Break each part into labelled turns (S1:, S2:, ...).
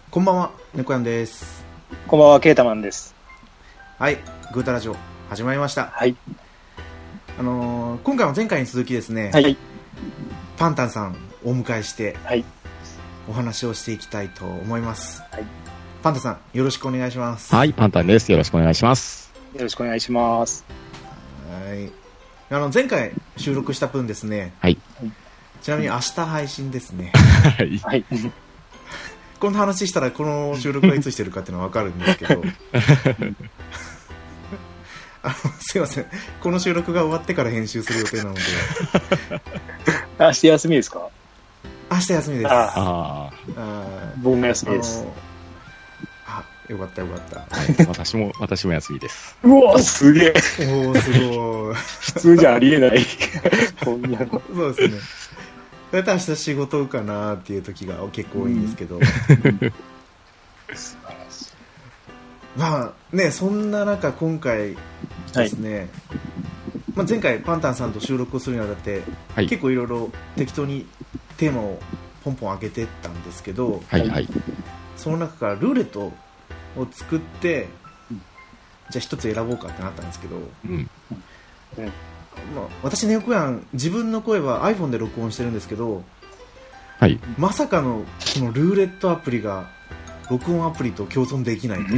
S1: こんばんは、猫やんです。
S2: こんばんは、ケータマンです。
S1: はい、グータラジオ始まりました。
S2: はい。
S1: 今回も前回に続きですね、
S2: はい。
S1: パンタンさんをお迎えして、
S2: はい。
S1: お話をしていきたいと思います。
S2: はい。
S1: パンタンさん、よろしくお願いします。
S3: はい、パンタンです。よろしくお願いします。
S2: よろしくお願いします。
S1: はい。前回収録した分ですね、
S3: はい。
S1: ちなみに明日配信ですね。
S3: はい。
S2: はい。
S1: この話したらこの収録がいつしてるかっていうのは分かるんですけどすいません、この収録が終わってから編集する予定なので
S2: 明日休みですか？
S1: 明日休みです。
S3: ああ、
S2: 僕も休みです。
S1: よかったよかった、
S3: はい、私も休みです。
S2: うわすげえ。
S1: おー、すごい
S2: 普通じゃありえないこんなの。
S1: そうですね、だいたい明日仕事かなっていう時が結構多いんですけど、まあね、そんな中今回ですね、まあ、前回パンタンさんと収録をするにあたって、
S3: はい、結
S1: 構いろいろ適当にテーマをポンポン上げてったんですけど、
S3: はいはい、
S1: その中からルーレットを作って、じゃあ一つ選ぼうかってなったんですけど、まあ、私ね、よやん自分の声は iPhone で録音してるんですけど、
S3: はい、
S1: まさかのこのルーレットアプリが録音アプリと共存できないと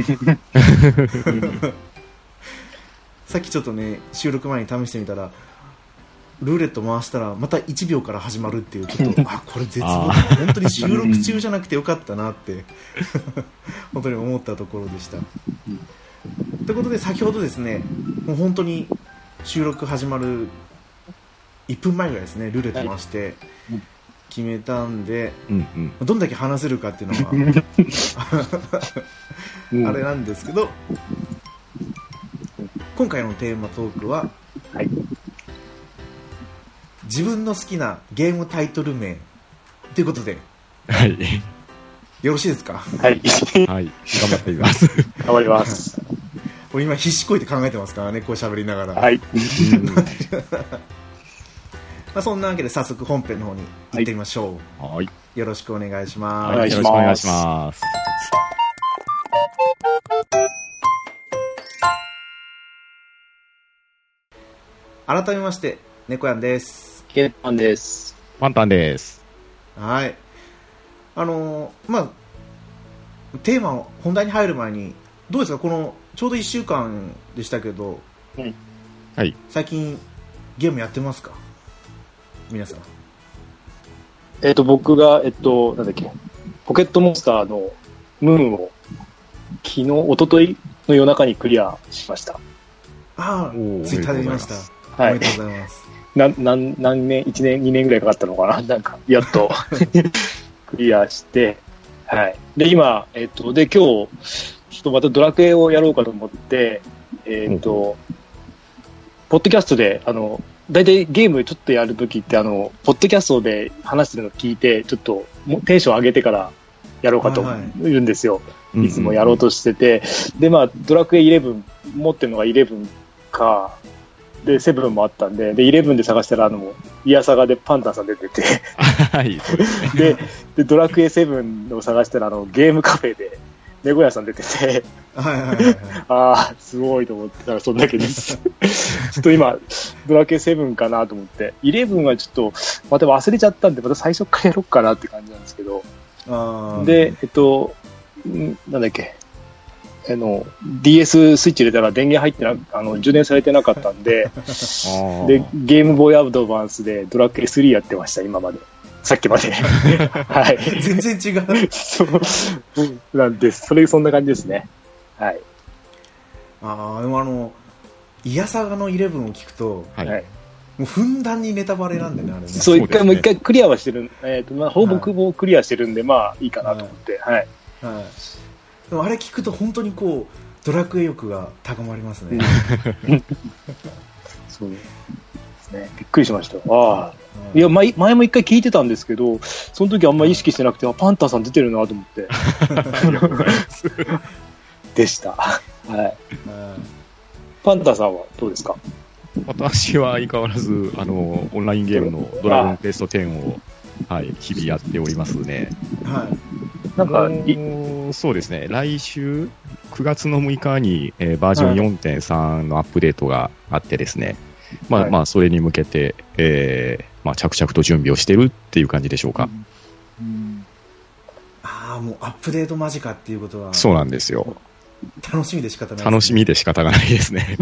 S1: さっきちょっとね、収録前に試してみたらルーレット回したらまた1秒から始まるっていう、ちょっとこれ絶望、本当に収録中じゃなくてよかったなって本当に思ったところでした。ということで先ほどですね、もう本当に収録始まる1分前ぐらいですね、ルーレット回して決めたんで、どんだけ話せるかっていうのはあれなんですけど、今回のテーマトークは、自分の好きなゲームタイトル名ということで、
S3: はい、
S1: よろしいですか？
S2: はい、
S3: はい、頑張っています
S2: 頑張ります。
S1: 俺今必死こいて考えてますからね、こう喋りながら。
S2: はい
S1: まあそんなわけで早速本編の方に行ってみましょう。
S3: はい、
S1: よろしくお願いします。
S3: はい、よろしくお願いします。
S1: 改めまして猫やんです。
S2: ケンタンです。
S3: パンタンです。
S1: はい。まあテーマ本題に入る前にどうですか、このちょうど1週間でしたけど、
S3: はい、
S1: 最近ゲームやってますか皆さん？
S2: 僕がなんだっけ、ポケットモンスターのムーンを昨日一昨日の夜中にクリアしました。
S1: ああ、ツイッターで見ました。
S2: はい、
S1: おめでとうございます。
S2: 何年、1年2年ぐらいかかったのかな、なんかやっとクリアして、はい。で今で今日ちょっとまたドラクエをやろうかと思って、ポッドキャストで大体ゲームちょっとやるときってポッドキャストで話してるのを聞いて、ちょっとテンション上げてからやろうかと言うんですよ。いつもやろうとしてて、でまあドラクエ11持ってるのが11かで7もあったんで、11で探したらイヤサガでパンタンさん出てて
S3: はい、そうですね。
S2: でドラクエ7を探したらゲームカフェで猫屋さん出ててああすごいと思って、そんだけですちょっと今ドラクエ7かなと思って、11はちょっとまた忘れちゃったんで、また最初からやろうかなって感じなんですけど、でなんだっけ、DS スイッチ入れたら電源入って充電されてなかったんででゲームボーイアドバンスでドラクエ3やってました、今まで、さっきまではい、
S1: 全然違う
S2: そうなんです。そんな感じですね。はい。
S1: でもイヤサガの11を聞くと、
S2: はい、
S1: もうふんだんにネタバレなんでね、あれね。
S2: そう、もう一回クリアはしてる、ほぼ僕もクリアしてるんで、まあいいかなと思って、はい。はい。
S1: でもあれ聞くと本当にこうドラクエ欲が高まりますね。
S2: そうですね。びっくりしました。ああ。いや、前も一回聞いてたんですけど、その時あんまり意識してなくて、パンタンさん出てるなと思ってでした。はい。パンタンさんはどうですか？
S3: 私は相変わらずオンラインゲームのドラゴンクエスト10を、はい、日々やっておりますね。
S1: はい。
S2: なんか
S3: そうですね、来週9月の6日に、バージョン 4.3 のアップデートがあってですね、まあそれに向けて、まあ、着々と準備をしてるっていう感じでしょうか。
S1: ああ、もうアップデート間近っていうことは。
S3: そうなんですよ。
S1: 楽しみで仕方ないですね。
S3: 楽しみで仕方がないですね。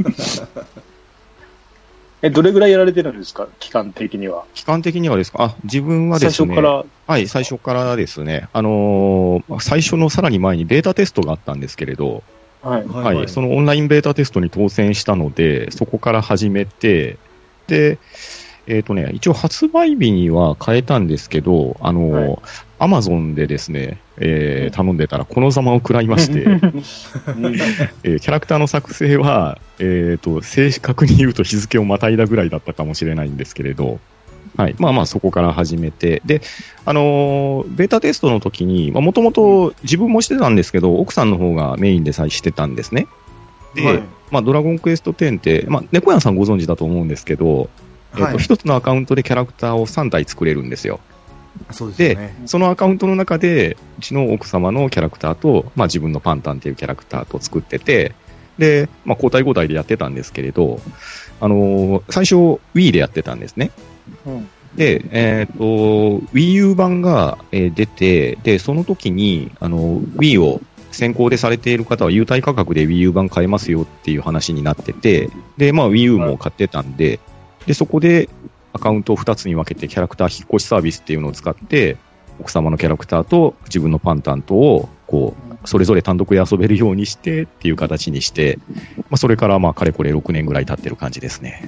S2: どれぐらいやられてるんですか、期間的には。
S3: 期間的にはですか、自分はですね。
S2: 最初から。
S3: はい、最初からですね。最初のさらに前にベータテストがあったんですけれど、はい、そのオンラインベータテストに当選したので、そこから始めて、で、一応発売日には変えたんですけど、アマゾンでですね、頼んでたらこのざまを食らいまして、キャラクターの作成は、正確に言うと日付をまたいだぐらいだったかもしれないんですけれど、はい。まあまあそこから始めて、で、ベータテストの時に、もともと自分もしてたんですけど、奥さんの方がメインでさえしてたんですね。で、まあドラゴンクエスト10って、まあ猫屋さんご存知だと思うんですけど、一つのアカウントでキャラクターを3体作れるんですよ。
S1: そうですよね。
S3: で、そのアカウントの中で、うちの奥様のキャラクターと、まあ自分のパンタンっていうキャラクターと作ってて、で、まあ交代交代でやってたんですけれど、最初 Wii でやってたんですね。で、Wii U 版が、出て、で、その時に、Wii を先行でされている方は優待価格で Wii U 版買えますよっていう話になってて、で、まあ Wii U も買ってたんで、で、そこでアカウントを2つに分けてキャラクター引っ越しサービスっていうのを使って、奥様のキャラクターと自分のパンタントを、こう、それぞれ単独で遊べるようにしてっていう形にして、まあそれからまあかれこれ6年ぐらい経ってる感じですね。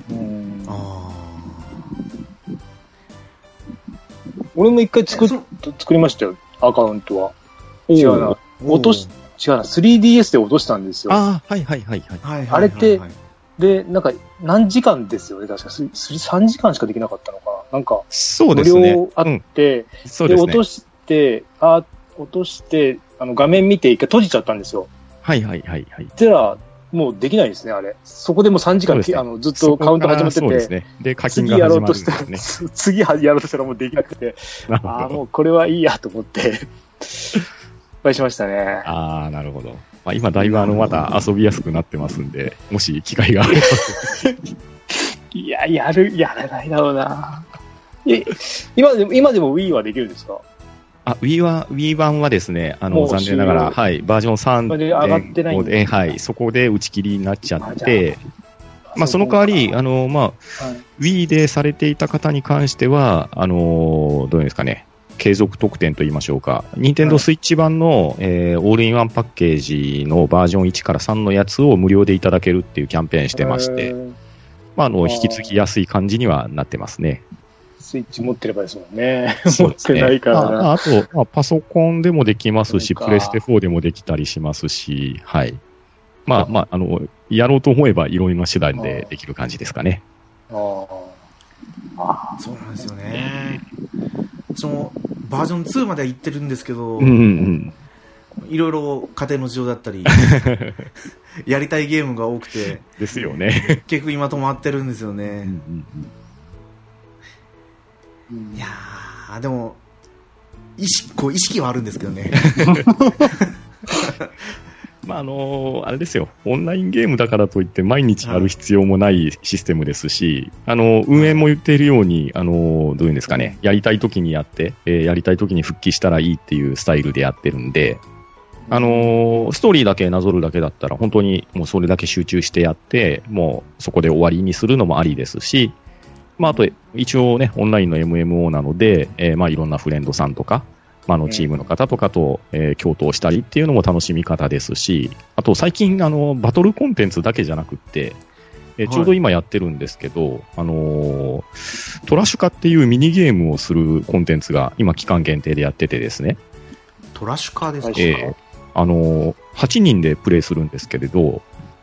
S2: 俺も一回作りましたよ、アカウントは。違うな。3DS で落としたんですよ。
S3: ああ、はい。
S2: あれって、で、なんか、何時間ですよね、確か。3時間しかできなかったのかな。なんか、
S3: そうですね。
S2: 無料あって、
S3: そうですね。
S2: で、落として、画面見て一回閉じちゃったんですよ。
S3: はい。
S2: じゃあ、もうできないですね、あれ。そこでもう3時間、ずっとカウント始まってて、
S3: そうですね。で、課金が始まるんですね。
S2: 次やろうとしたらもうできなくて、もうこれはいいやと思って、失敗しましたね。
S3: ああ、なるほど。まあ、今だいぶまた遊びやすくなってますんで、もし機会があれば。
S2: いや、やらないだろうな。今でも Wii はできるんですか
S3: ？Wii 版はですね、残念ながら、はい、バージョン3
S2: で上がってないんで、
S3: はい、そこで打ち切りになっちゃって、まあ、その代わり、Wii でされていた方に関しては、どういうんですかね、継続特典といいましょうか、任天堂スイッチ版の、オールインワンパッケージのバージョン1から3のやつを無料でいただけるっていうキャンペーンしてまして、まあ、引き継ぎやすい感じにはなってますね。
S2: スイッチ持ってればですもんね。持ってないからな。
S3: あと、パソコンでもできますし、プレステ4でもできたりしますし、はい。まあ、やろうと思えばいろいろな手段でできる感じですかね。
S1: そうなんですよね。そのバージョン2までは行ってるんですけど、いろいろ家庭の事情だったり、やりたいゲームが多くて、
S3: ですよね。
S1: 結局今止まってるんですよね。いやー、でも意識はあるんですけどね。
S3: まああれですよ、オンラインゲームだからといって毎日やる必要もないシステムですし、運営も言っているように、どういうんですかね、やりたい時にやって、やりたい時に復帰したらいいっていうスタイルでやってるんで、ストーリーだけなぞるだけだったら本当にもうそれだけ集中してやって、もうそこで終わりにするのもありですし、まあ、あと一応ね、オンラインの MMO なので、まあいろんなフレンドさんとか、チームの方とかと、共闘したりっていうのも楽しみ方ですし、あと最近バトルコンテンツだけじゃなくって、ちょうど今やってるんですけど、トラッシュ化っていうミニゲームをするコンテンツが今期間限定でやっててですね。
S1: トラッシュ化ですか
S3: ？8人でプレイするんですけれど、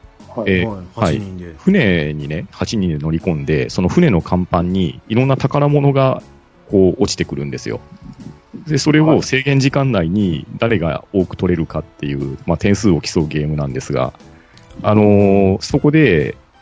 S3: 船にね、8人で乗り込んで、その船の甲板にいろんな宝物がこう落ちてくるんですよ。で、それを制限時間内に誰が多く取れるかっていう、点数を競うゲームなんですが、そこで、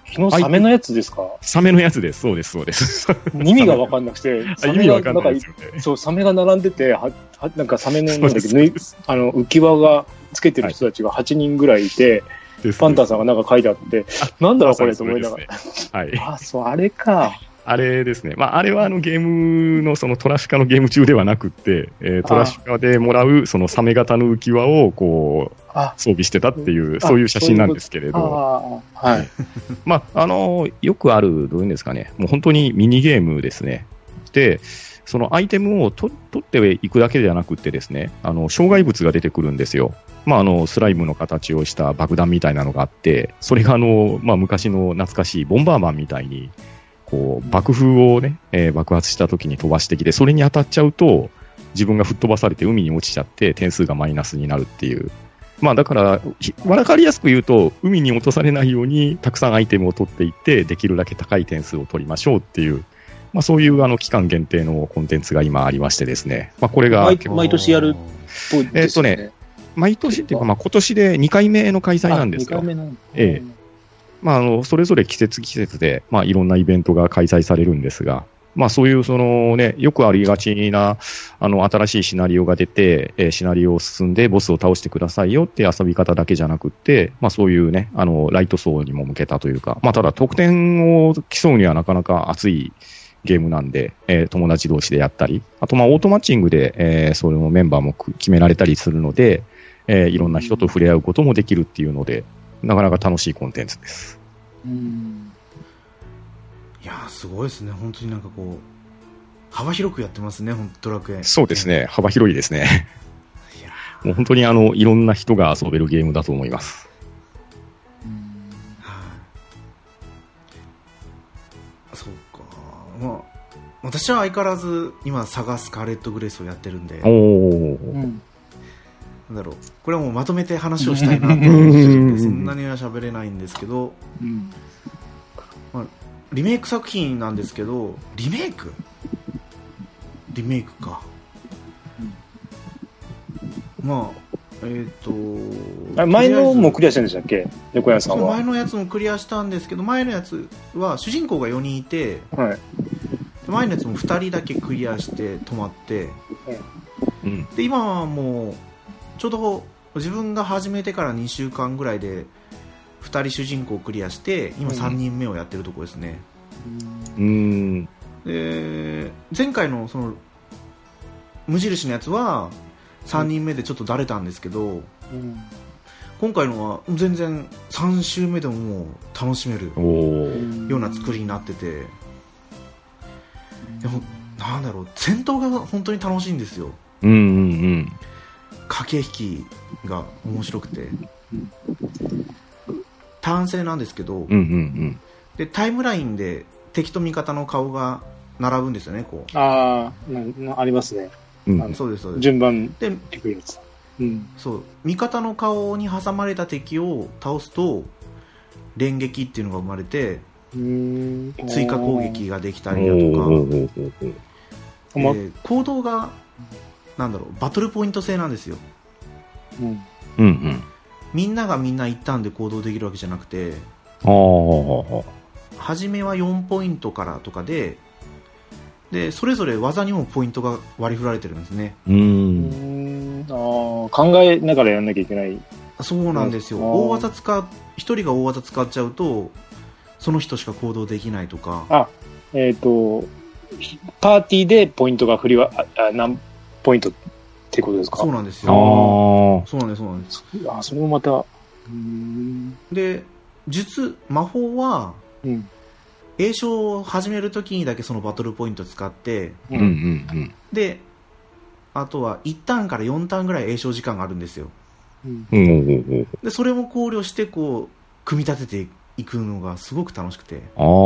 S2: 日のサメのやつですか？
S3: サメのやつです。そうです、そうです。
S2: 意味が分かんなくて、
S3: 意味わかんないですよね。
S2: そう、サメが並んでて、なんかサメの、なんだっけ、浮き輪がつけてる人たちが8人ぐらいいて、パンタンさんがなんか書いてあって、なんだろうこれと思いながら。
S3: はい。
S2: あ、そう、あれか。
S3: あれですね。まあ、あれはゲームのそのトラシュカのゲーム中ではなくって、トラシュカでもらうそのサメ型の浮き輪をこう装備してたっていう、そういう写真なんですけれど。
S2: はい。
S3: まあ、よくある、どういうんですかね。もう本当にミニゲームですね。で、そのアイテムを取っていくだけではなくってですね、障害物が出てくるんですよ。まあ、スライムの形をした爆弾みたいなのがあって、それがまあ、昔の懐かしいボンバーマンみたいに、こう爆風をね、爆発した時に飛ばしてきて、それに当たっちゃうと自分が吹っ飛ばされて海に落ちちゃって点数がマイナスになるっていう。まあだから分かりやすく言うと、海に落とされないようにたくさんアイテムを取っていってできるだけ高い点数を取りましょうっていう、まあ、そういう期間限定のコンテンツが今ありましてですね、まあ、これが
S2: 毎年やるっぽいですね。
S3: 毎年っていうか、まあ、今年で2回目の開催なんですよ。
S2: 2回目なん
S3: まあ、それぞれ季節で、まあ、いろんなイベントが開催されるんですが、まあ、そういうよくありがちな新しいシナリオが出て、シナリオを進んでボスを倒してくださいよっていう遊び方だけじゃなくって、まあ、そういうねライト層にも向けたというか、まあ、ただ得点を競うにはなかなか熱いゲームなんで、友達同士でやったり、あとまあオートマッチングで、それのメンバーも決められたりするので、いろんな人と触れ合うこともできるっていうので、なかなか楽しいコンテンツです。
S1: いやー、すごいですね。本当になんかこう幅広くやってますね、ドラクエ。
S3: そうですね、幅広いですね。いやもう本当にいろんな人が遊べるゲームだと思います。
S1: そうか、まあ、私は相変わらず今サガスカーレットグレースをやってるんで、なんだろう、これはもうまとめて話をしたいなと思ってるんでそんなには喋れないんですけど、まあ、リメイク作品なんですけど、リメイクか、まあ
S2: 前のもクリアしたんでしたっけ、横山さんは。
S1: 前のやつもクリアしたんですけど、前のやつは主人公が4人いて、はい、前のやつも2人だけクリアして止まって、で今はもうちょうど自分が始めてから2週間ぐらいで2人主人公をクリアして、今3人目をやってるところですね。で前回のその無印のやつは3人目でちょっとだれたんですけど、今回のは全然3周目でももう楽しめるような作りになってて、でもなんだろう、戦闘が本当に楽しいんですよ。駆け引きが面白くて、ターン制なんですけど、でタイムラインで敵と味方の顔が並ぶんですよね。こう
S2: ありますね。
S1: そうですそうです。
S2: 順番
S1: で
S2: いくやつ。
S1: そう味方の顔に挟まれた敵を倒すと連撃っていうのが生まれて、追加攻撃ができたりだとか、行動がなんだろう、バトルポイント制なんですよ。みんながみんな一旦で行動できるわけじゃなくて、初めは4ポイントからとかでそれぞれ技にもポイントが割り振られてるんですね。
S2: 考えながらやんなきゃいけない。
S1: そうなんですよ。大技一人が大技使っちゃうとその人しか行動できないとか。
S2: パーティーでポイントが何ポイントってことですか？
S1: そうなんですよ。そうなんです。
S2: それもまた
S1: で魔法は、栄唱を始めるときにだけそのバトルポイント使って、であとは1ターンから4ターンぐらい栄唱時間があるんですよ。でそれも考慮してこう組み立てていくのがすごく楽しくて、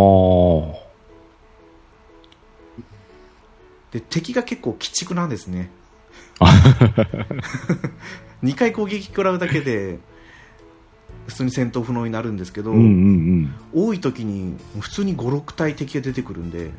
S1: で敵が結構鬼畜なんですね。2回攻撃食らうだけで普通に戦闘不能になるんですけど、多い時に普通に 5,6 体敵が出てくるんで、い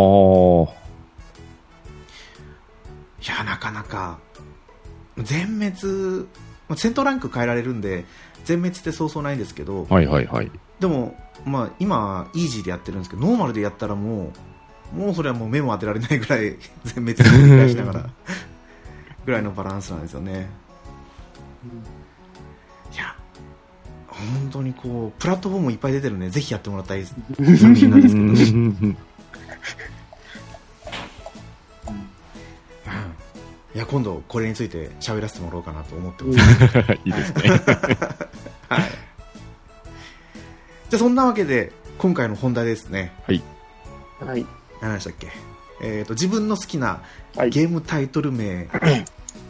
S1: やなかなか全滅、戦闘ランク変えられるんで全滅ってそうそうないんですけど、 でも、まあ、今イージーでやってるんですけど、ノーマルでやったらもうそれはもう目も当てられないぐらい全滅繰り返しながらぐらいのバランスなんですよね。いや本当にこうプラットフォームいっぱい出てるんで、ぜひやってもらいたい作品なんですけどいや今度これについて喋らせてもらおうかなと思ってます
S3: いいですね、
S1: はい、じゃあそんなわけで今回の本題ですね。
S3: はい
S2: はい、
S1: 何でしたっけ、自分の好きなゲームタイトル名、はい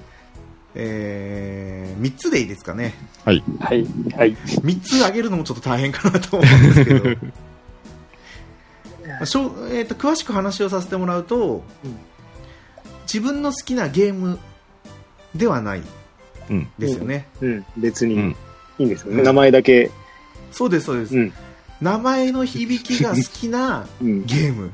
S1: 3つでいいですかね。
S3: はい
S2: はいはい、
S1: 3つ挙げるのもちょっと大変かなと思うんですけど詳しく話をさせてもらうと、自分の好きなゲームではないですよね、
S2: 別にいいんですよね、名前だけ。
S1: そうですそうです、名前の響きが好きなゲーム、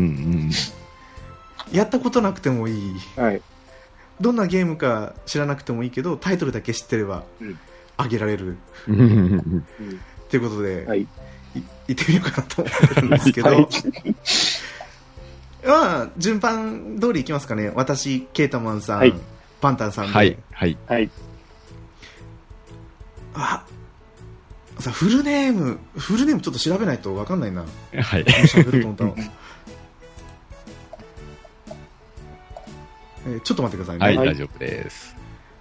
S1: やったことなくてもいい、はい、どんなゲームか知らなくてもいいけどタイトルだけ知ってればあげられるということで、はい、行ってみようかなと思ってるんですけど、はい、まあ順番通りいきますかね。私ケータマンさん、はい、パンタンさんで、
S3: はいはいはい、
S1: さフルネームちょっと調べないと分かんないな。
S3: はい。
S1: 喋ると思ったの。ちょっと待ってくださいね。
S3: はい、大丈夫です。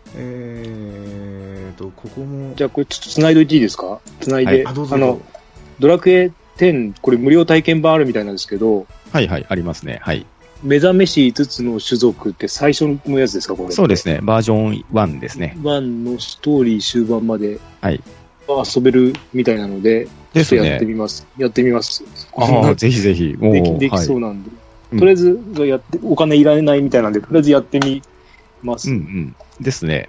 S1: ここも。
S2: じゃあこれちょっと繋いどいていいですか？繋いで、はい、どうぞドラクエ10これ無料体験版あるみたいなんですけど。
S3: はいはいありますね。はい。
S2: 目覚めし5つの種族って最初のやつですかこれ？
S3: そうですね。バージョン1ですね。
S2: 1のストーリー終盤まで。
S3: はい。
S2: 遊べるみたいなので、ちょっとやってみます。やってみます。
S3: ああ、ぜひぜひ。
S2: できそうなんで。とりあえず、お金いられないみたいなんで、とりあえずやってみます。
S3: ですね。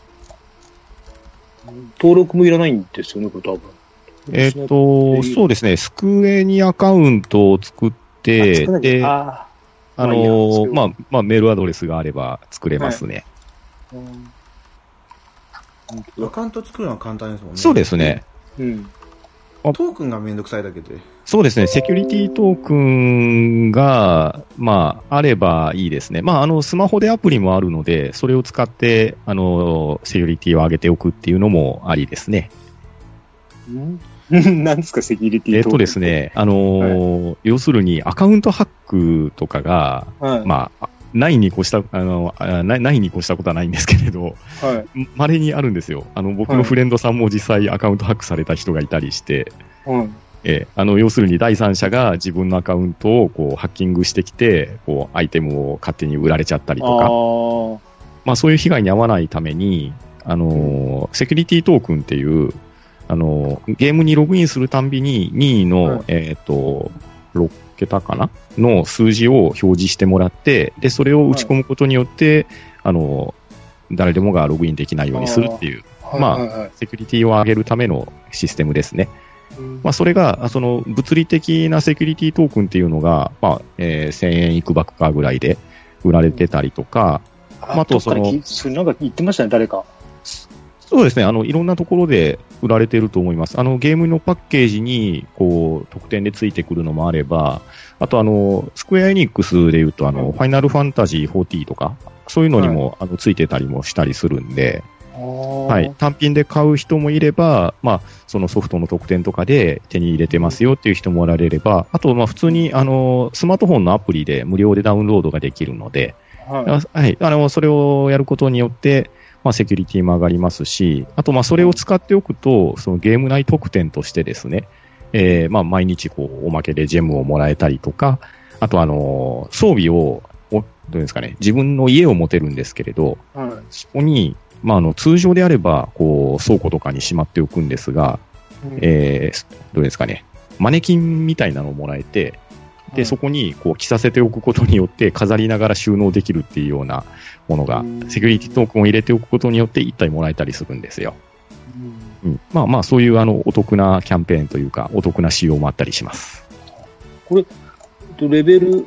S2: 登録もいらないんですよね、これ多分。
S3: そうですね。スクエニアカウントを作って、で、まあ、メールアドレスがあれば作れますね。
S1: アカウント作るのは簡単ですもんね。
S3: そうですね。
S1: トークンがめんどくさいだけで。
S3: そうですね。セキュリティトークンが、まあ、あればいいですね。まあ、スマホでアプリもあるので、それを使って、セキュリティを上げておくっていうのもありですね。
S2: 何ですか、セキュリティトークン？
S3: ですね、要するにアカウントハックとかが、まあ、ないに越したことはないんですけれど、稀にあるんですよ。僕のフレンドさんも実際アカウントハックされた人がいたりして、要するに第三者が自分のアカウントをこうハッキングしてきて、こうアイテムを勝手に売られちゃったりとか、まあそういう被害に遭わないために、セキュリティトークンっていう、ゲームにログインするたんびに任意の、6桁かなの数字を表示してもらって、で、それを打ち込むことによって、誰でもがログインできないようにするっていう、セキュリティを上げるためのシステムですね。まあ、それが、物理的なセキュリティトークンっていうのが、まあ、1000円いくばくかぐらいで売られてたりとか、
S2: あとそれなんか言ってましたね、誰か。
S3: そうですね。いろんなところで売られていると思います。ゲームのパッケージに、こう、特典でついてくるのもあれば、あとスクエアエニックスで言うと、ファイナルファンタジー40とか、そういうのにも、ついてたりもしたりするんで、はい。単品で買う人もいれば、まあ、そのソフトの特典とかで手に入れてますよっていう人もおられれば、あと、まあ、普通に、スマートフォンのアプリで無料でダウンロードができるので、はい。それをやることによって、まあ、セキュリティも上がりますし、あと、まあ、それを使っておくと、そのゲーム内特典としてですね、まあ、毎日こう、おまけでジェムをもらえたりとか、あと、装備を、どうですかね、自分の家を持てるんですけれど、そこに、まあ、通常であれば、こう、倉庫とかにしまっておくんですが、どうですかね、マネキンみたいなのをもらえて、で、そこにこう着させておくことによって飾りながら収納できるっていうようなものが、セキュリティトークンを入れておくことによって1体もらえたりするんですよ。まあまあ、そういうお得なキャンペーンというか、お得な仕様もあったりします。
S2: これ、レベル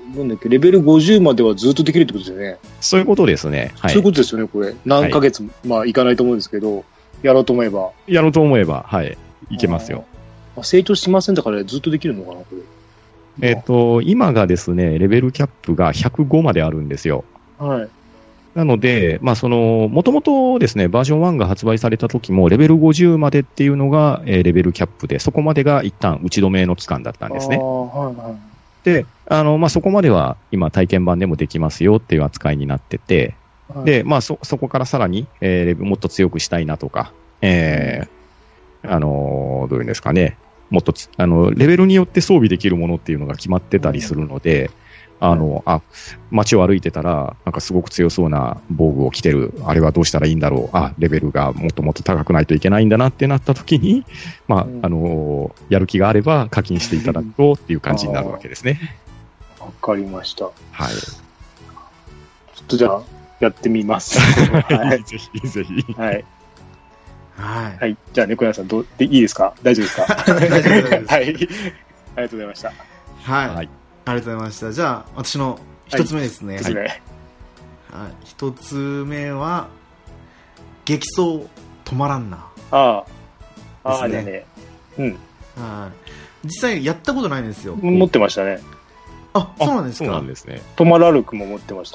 S2: 50まではずっとできるってことですよね。
S3: そういうことですね。はい。
S2: そういうことですよね、これ。何ヶ月、まあ、いかないと思うんですけど、やろうと思えば。
S3: はい。いけますよ。
S2: 成長しませんだからずっとできるのかな、これ。
S3: 今がですね、レベルキャップが105まであるんですよ。
S2: はい。
S3: なので、もともとですね、バージョン1が発売された時も、レベル50までっていうのが、レベルキャップで、そこまでが一旦打ち止めの期間だったんですね。
S2: はいはい。
S3: で、そこまでは今体験版でもできますよっていう扱いになってて、はい、で、そこからさらに、もっと強くしたいなとか、どういうんですかね、もっとレベルによって装備できるものっていうのが決まってたりするので、街を歩いてたら、なんかすごく強そうな防具を着てる、あれはどうしたらいいんだろう、レベルがもっともっと高くないといけないんだなってなった時に、やる気があれば課金していただくとっていう感じになるわけですね。
S2: わかりました。
S3: はい。ち
S2: ょっとじゃあ、やってみます。はい、
S3: ぜひぜひ。
S2: はい。
S1: はい。
S2: はい。じゃあ、猫屋さん、いいですか？大丈夫ですか？
S1: 大丈夫です。はい。
S2: ありがとうございました。
S1: はい。ありがとうございました。じゃあ、私の一つ目ですね。
S2: 一つ目。はい。
S1: 一つ目は、激走止まらんな。
S2: ですね。うん。
S1: はい。実際やったことないんですよ。
S2: 持ってましたね。
S1: そうなんですか。
S3: そうなんですね。
S2: トマラルクも持ってました。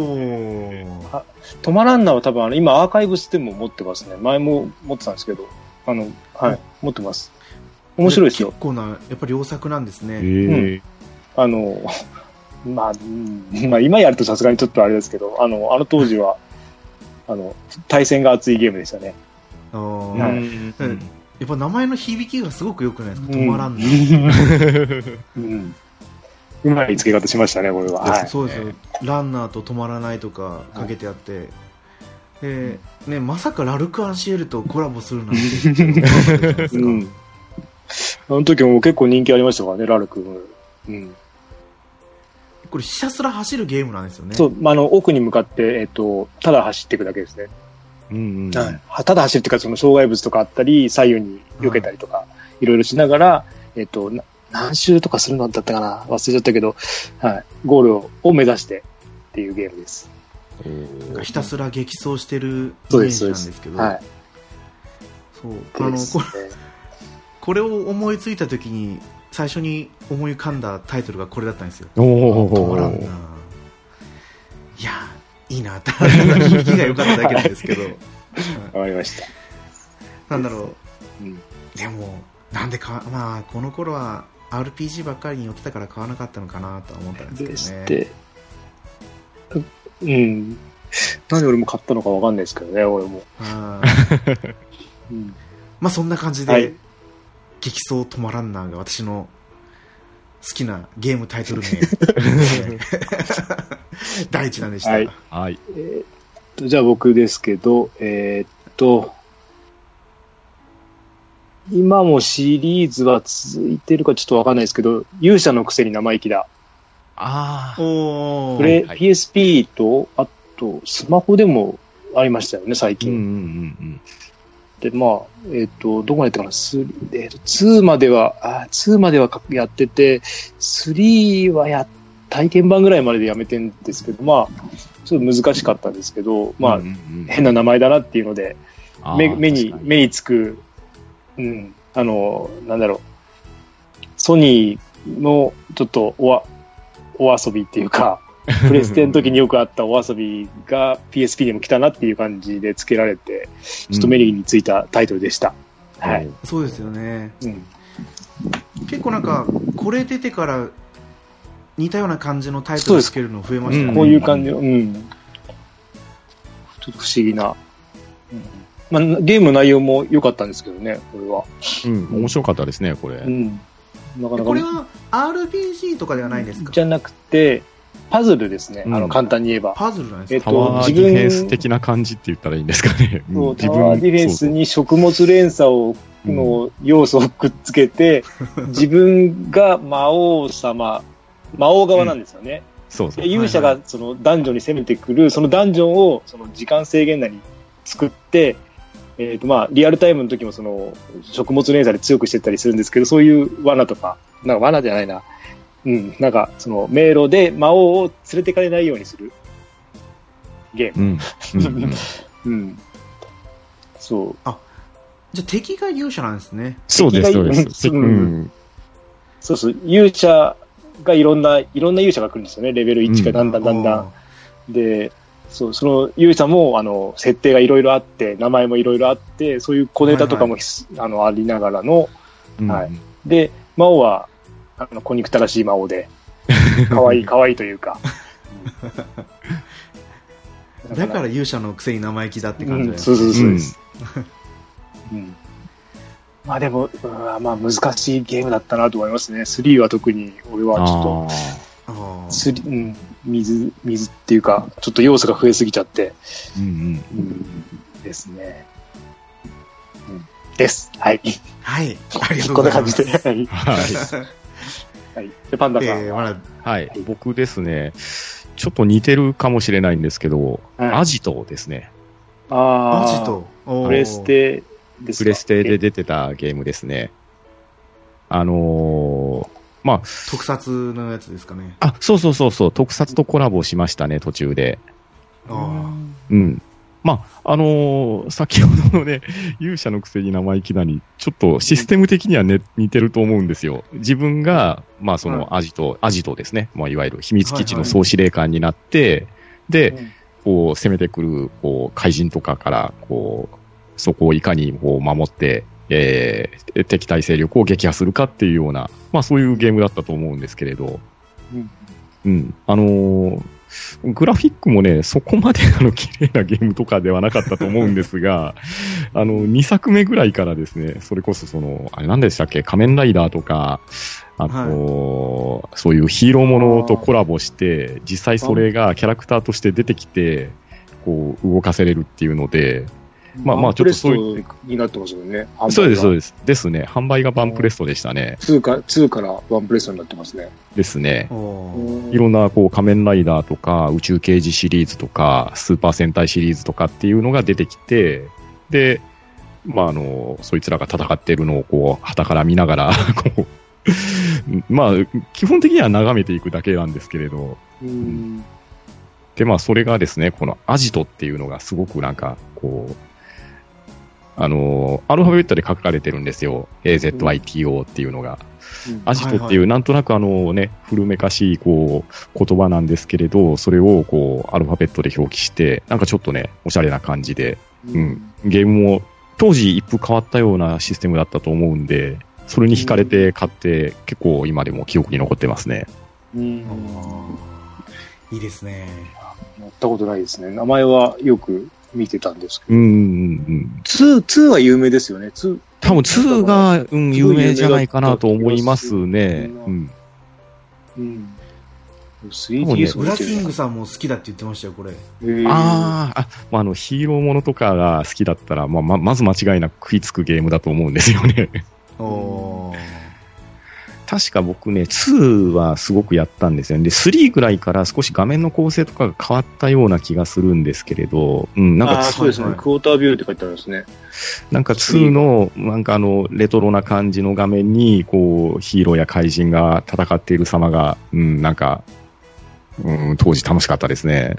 S2: トマランナーは多分今アーカイブスでも持ってますね。前も持ってたんですけど、はい、持ってます。面白いですよ。
S1: 結構な、やっぱり良作なんですね。
S2: 今やるとさすがにちょっとあれですけど、当時は、対戦が熱いゲームでしたね。
S1: やっぱ名前の響きがすごく良くないですか、止まらんな。
S2: うまい付け方しましたね、これは。はい、
S1: そうですよ。ランナーと止まらないとかかけてあって、ね、まさかラルク・アンシエルとコラボするなんて。
S2: あの時も結構人気ありましたからね、ラルク。
S1: これひたすら走るゲームなんですよね。
S2: そう、奥に向かって、ただ走っていくだけですね。ただ走るっていうか、その障害物とかあったり、左右に避けたりとか、いろいろしながら、何周とかするのだったかな、忘れちゃったけど、はい、ゴールを目指してっていうゲームです。
S1: ひたすら激走してるイメージなんですけど、はい、そうこれを思いついた時に最初に思い浮かんだタイトルがこれだったんですよ。止まらんな。いやいいなって響きが良かっただけなんですけど。
S2: わかりました。
S1: なんだろう。でもなんでこの頃は RPG ばっかりに寄ってたから買わなかったのかなとは思ったんですけどね。
S2: なんで俺も買ったのかわかんないですけどね、俺も。
S1: そんな感じで、激走止まらんなが私の好きなゲームタイトル名第一弾でした。
S3: はい。
S2: じゃあ僕ですけど、今もシリーズは続いてるかちょっとわかんないですけど、勇者のくせに生意気だ。PSP と、あと、スマホでもありましたよね、最近。で、どこまでやったかな、2まではやってて、3は体験版ぐらいまででやめてるんですけど、ちょっと難しかったんですけど、変な名前だなっていうので、目につく、なんだろう、ソニーのちょっとお遊びっていうか、プレステの時によくあったお遊びが PSP にも来たなっていう感じで付けられて、ちょっと目についたタイトルでした。はい。
S1: そうですよね。結構なんか、これ出てから似たような感じのタイトルつけるの増えましたね。
S2: こういう感じの、ちょっと不思議な。ゲームの内容も良かったんですけどね、これは。
S3: 面白かったですね、これ。
S1: なかなかこれは RPG とかではないですか？
S2: じゃなくて、パズルですね、簡単に言えば。
S1: パズルなんですか？
S3: タワーディフェンス的な感じって言ったらいいんですかね。
S2: タワーディフェンスに食物連鎖の要素をくっつけて、自分が魔王側なんですよね。勇者がそのダンジョンに攻めてくる、そのダンジョンをその時間制限内に作って、リアルタイムの時もその食物連鎖で強くしてったりするんですけど、そういう罠とか、罠じゃないな。なんかその迷路で魔王を連れてかれないようにするゲーム。そう。
S1: じゃあ敵が勇者なんですね。
S3: そうです、そうです。
S2: そうそう、勇者がいろんな勇者が来るんですよね、レベル1がだんだん。で、その勇者も、設定がいろいろあって、名前もいろいろあって、そういう小ネタとかも、ありながらの、はい。で、魔王は、小憎たらしい魔王で、かわいいというか。
S1: だから勇者のくせに生意気だって感じです。
S2: そうです。まあでも、まあ難しいゲームだったなと思いますね。3は特に、俺はちょっと、水っていうか、ちょっと要素が増えすぎちゃって、ですね。です。はい。
S1: はい。ありがとうございます。
S2: こんな感じで。はい。で、パンダさん。
S3: はい。僕ですね、ちょっと似てるかもしれないんですけど、アジトですね。
S1: アジト。
S2: プレステ
S3: プレステで出てたゲームですね。まあ。
S1: 特撮のやつですかね。
S3: そう。特撮とコラボしましたね、途中で。まあ、先ほどのね、勇者のくせに生意気だに、ちょっとシステム的にはね、似てると思うんですよ。自分が、まあ、そのアジトですね。まあ、いわゆる秘密基地の総司令官になって、で、こう、攻めてくる、こう、怪人とかから、こう、そこをいかにこう守って、敵対勢力を撃破するかっていうような、まあそういうゲームだったと思うんですけれど、グラフィックもね、そこまで綺麗なゲームとかではなかったと思うんですが、2作目ぐらいからですね、それこそあれ何でしたっけ、仮面ライダーとか、そういうヒーローものとコラボして、実際それがキャラクターとして出てきて、こう動かせれるっていうので、まあちょっとそういう
S2: になってますよね。
S3: そうですですね。販売がバンプレストでしたね。
S2: 2からバンプレストになってますね。
S3: ですね。いろんなこう仮面ライダーとか宇宙刑事シリーズとかスーパー戦隊シリーズとかっていうのが出てきて、で、まあそいつらが戦っているのをこう傍から見ながらこうまあ基本的には眺めていくだけなんですけれど。でまあそれがですね、このアジトっていうのがすごくなんかこう。アルファベットで書かれてるんですよ。AZITO っていうのが。アジトっていう、なんとなく古めかしい、こう、言葉なんですけれど、それを、こう、アルファベットで表記して、なんかちょっとね、おしゃれな感じで、ゲームも、当時一風変わったようなシステムだったと思うんで、それに惹かれて買って、結構今でも記憶に残ってますね。
S1: いいですね。
S2: やったことないですね。名前はよく、見てたんですけど。2は有名ですよね。
S3: 多分2が、有名じゃないかなと思いますね。
S1: 3DS ウラキングさんも好きだって言ってましたよ、これ。
S3: ヒーローものとかが好きだったら、まず間違いなく食いつくゲームだと思うんですよね。確か僕ね、2はすごくやったんですよね。で、3ぐらいから少し画面の構成とかが変わったような気がするんですけれど、なんか
S2: そうですね、クォータービューって書いてあるんですね。
S3: なんか2の、なんかレトロな感じの画面に、こう、ヒーローや怪人が戦っている様が、なんか、当時楽しかったですね。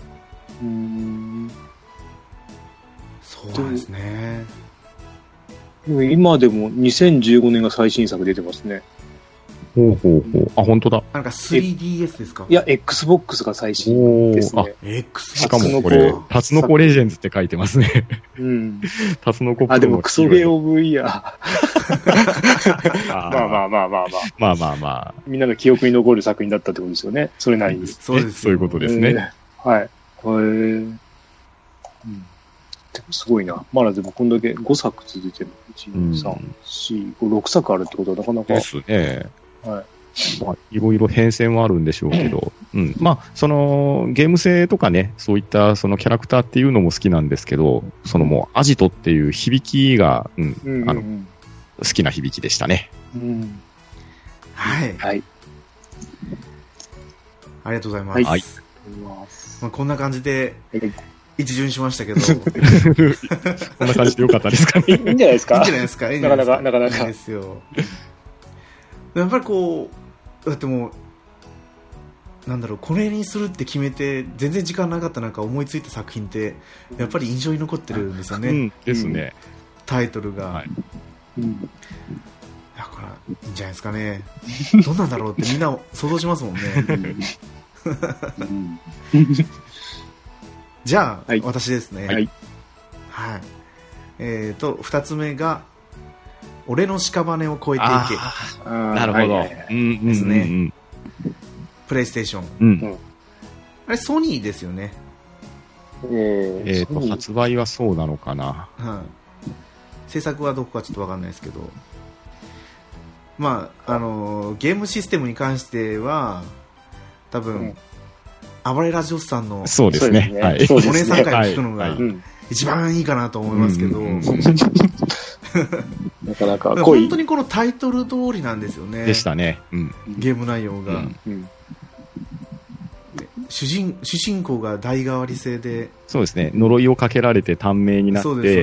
S1: そうですね。
S2: 今でも2015年が最新作出てますね。
S3: 本当だ。
S1: なんか 3DS ですか？
S2: いや、Xbox が最新ですね。
S3: しかもこれ、タツノコレジェンズって書いてますね。タツノコプロの。
S2: でもクソゲーオブイヤー。まあ。みんなの記憶に残る作品だったってことですよね。それなりに。
S3: そういうことですね。
S2: はい。でもすごいな。まだでもこんだけ5作続いてる。1、2、3、4、5、6作あるってことはなかなか。
S3: ですね。いろいろ変遷はあるんでしょうけど、そのゲーム性とかね、そういったそのキャラクターっていうのも好きなんですけど、そのもうアジトっていう響きが、好きな響きでしたね。
S1: はい。
S2: はい。
S1: ありがとうございます。
S2: はい。
S1: こんな感じで一巡しましたけど、
S3: こんな感じでよかったですかね。
S2: いいんじゃないですか。
S1: いいんじゃないですか。
S2: なかなか。
S1: いいですよ。やっぱりこう、だってもう、なんだろう、これにするって決めて、全然時間なかった中思いついた作品って、やっぱり印象に残ってるんですよね。
S3: ですね。
S1: タイトルが、
S3: はい、
S1: だからいいんじゃないですかね。どんなんだろうってみんな想像しますもんね。じゃあ、はい、私ですね。はい。はい。2つ目が俺の屍を越えていけ。
S3: なるほど。
S1: ですね。プレイステーション。あれソニーですよね。
S3: 発売はそうなのかな。
S1: 制作はどこかちょっと分かんないですけど、まあゲームシステムに関しては多分、暴れラジオスさんの
S3: そうですね、
S1: はい、お姉さん会聞くのが一番いいかなと思いますけど、
S2: なかなか
S1: 本当にこのタイトル通りなんですよね。
S3: でしたね、
S1: ゲーム内容が、主人公が代替わり制で、
S3: そうですね、呪いをかけられて短命になって、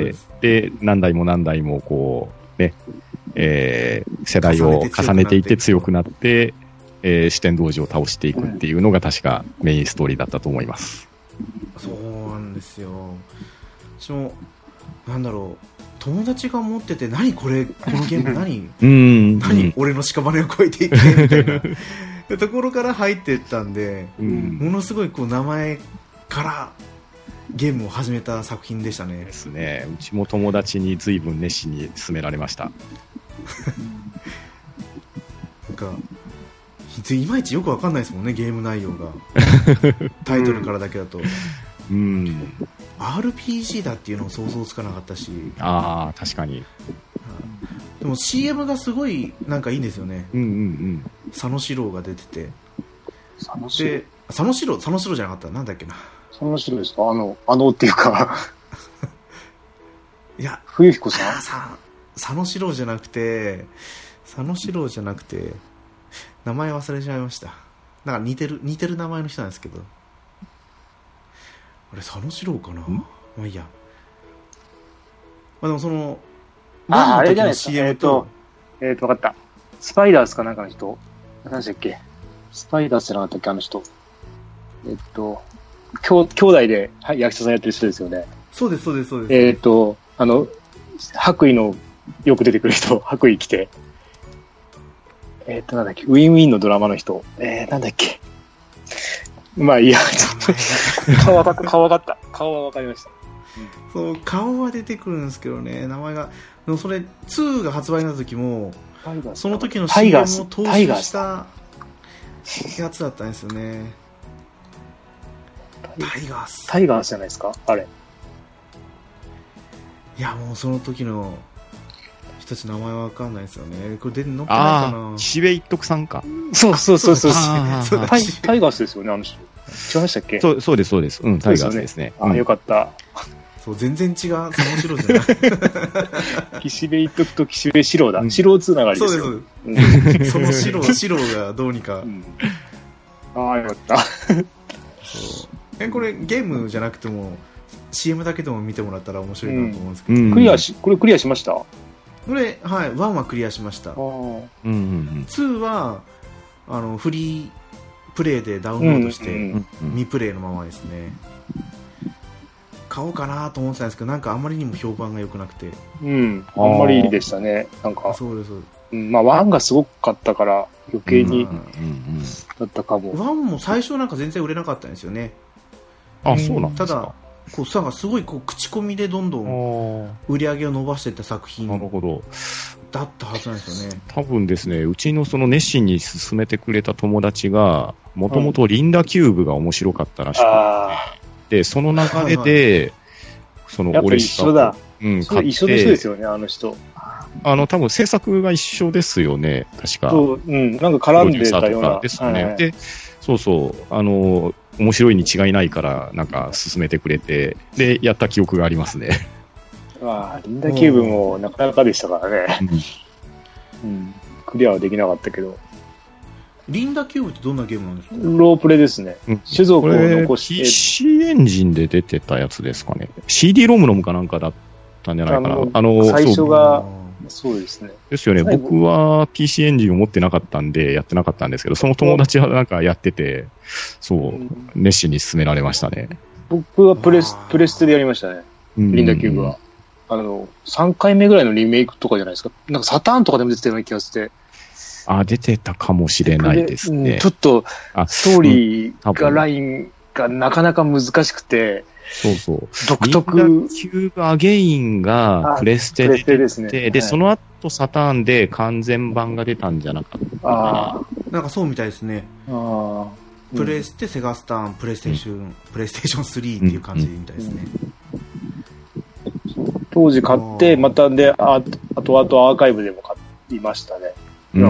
S3: で何代も何代もこうね、世代を重ねていって強くなって、四天童子を倒していくっていうのが確かメインストーリーだったと思います。
S1: そうなんですよ。私もなんだろう、友達が持ってて何このゲーム何俺の屍を越えていけみたいなところから入っていったんで、ものすごいこう名前からゲームを始めた作品でしたね。
S3: ですね。うちも友達に随分熱心に勧められました。
S1: なんかいまいちよくわかんないですもんね、ゲーム内容がタイトルからだけだと。RPG だっていうのを想像つかなかったし。
S3: ああ、確かに。
S1: でも CM がすごいなんかいいんですよね。佐野史郎が出てて。佐野史郎じゃなかった、なんだっけな。
S2: 佐野史郎ですか？っていうか
S1: いや、
S2: 冬彦さん？
S1: 佐野史郎じゃなくて名前忘れちゃいました。なんか似てる名前の人なんですけど、あれ佐野史郎かな。まあいいや。まあでもその
S2: あれじゃないですか。分かった。スパイダースかなんかの人。何でしたっけ？スパイダースじゃなかったっけ、あの人。兄弟で役者さんやってる人ですよね。
S1: そうです。
S2: 白衣のよく出てくる人、白衣着て。なんだっけ、ウィンウィンのドラマの人。なんだっけ。まあいいや、ちょっと、顔は分かりました。
S1: そう、顔は出てくるんですけどね、名前が。でもそれ、2が発売になった時も、その時の CM を踏襲したやつだったんですよね。タイガ
S2: ースじゃないですか、あれ。
S1: いや、もうその時の人たち名前わかんないですよね。これ載ってないかな。
S3: 岸辺一徳さんか。
S2: そう。タイガースですよね、あの人。違いましたっけ？
S3: そうです。タイガースですね。
S2: よかった。
S1: そう、全然違う。その白じゃない。
S2: 岸辺一徳と岸辺四郎だ。四郎つながりですよ。
S1: その白がどうにか。
S2: よかった。
S1: そう。これゲームじゃなくても CM だけでも見てもらったら面白いなと思うんですけど。
S2: これクリアしました？
S1: これ、はい、1はクリアしました。2はフリープレイでダウンロードして未プレイのままですね。買おうかなと思ってたんですけど、なんかあんまりにも評判が良くなくて、
S2: あんまりでしたね。なんか
S1: そうです。
S2: まあ1がすごかったから余計にだったかも。
S1: 1も最初なんか全然売れなかったんですよね。
S3: そうなんですか。
S1: ただこうすごいこう口コミでどんどん売り上げを伸ばしていった作品だったはずなんですよね。
S3: 多分ですね、うちのその熱心に勧めてくれた友達がもともとリンダキューブが面白かったらしくて、でその流れでその俺
S2: 一緒だ。
S3: 買って
S2: 一緒の人ですよね、あの人。
S3: 多分制作が一緒ですよね、確か。
S2: そう、なんか絡んでたような。
S3: ですね。で、面白いに違いないから、なんか進めてくれて、で、やった記憶がありますね。
S2: リンダキューブもなかなかでしたからね。クリアはできなかったけど。
S1: リンダキューブってどんなゲームなんですか？
S2: ロープレイですね。種族を残して。
S3: PC エンジンで出てたやつですかね。CD ロムかなんかだったんじゃないかな。
S2: 最初が、そうですね。
S3: ですよね。僕は PC エンジンを持ってなかったんで、やってなかったんですけど、その友達はなんかやってて、熱心に勧められましたね。
S2: 僕はプレステでやりましたね。リンダキューブは。 3回目ぐらいのリメイクとかじゃないですか。なんかサターンとかでも出てたような気がして。
S3: 出てたかもしれないですね。
S2: ちょっと、ストーリーラインがなかなか難しくて、
S3: そうそう。
S2: 独特。
S3: キューブアゲインがプレステで出
S2: ですね。
S3: で、その後サターンで完全版が出たんじゃなかったかな。
S1: なんかそうみたいですね。プレステ、セガスターン、プレイステーション3っていう感じみたいですね。
S2: 当時買って、またで、あとアーカイブでも買いましたね。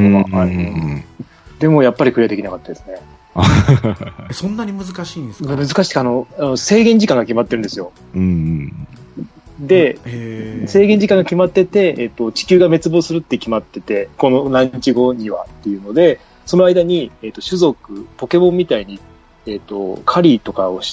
S2: でもやっぱりクリアできなかったですね。
S1: そんなに難しいんですか？
S2: 難しく制限時間が決まってるんですよ。で、制限時間が決まってて、地球が滅亡するって決まってて、この何日後にはっていうので、その間に、種族、ポケモンみたいに、狩りとかをして、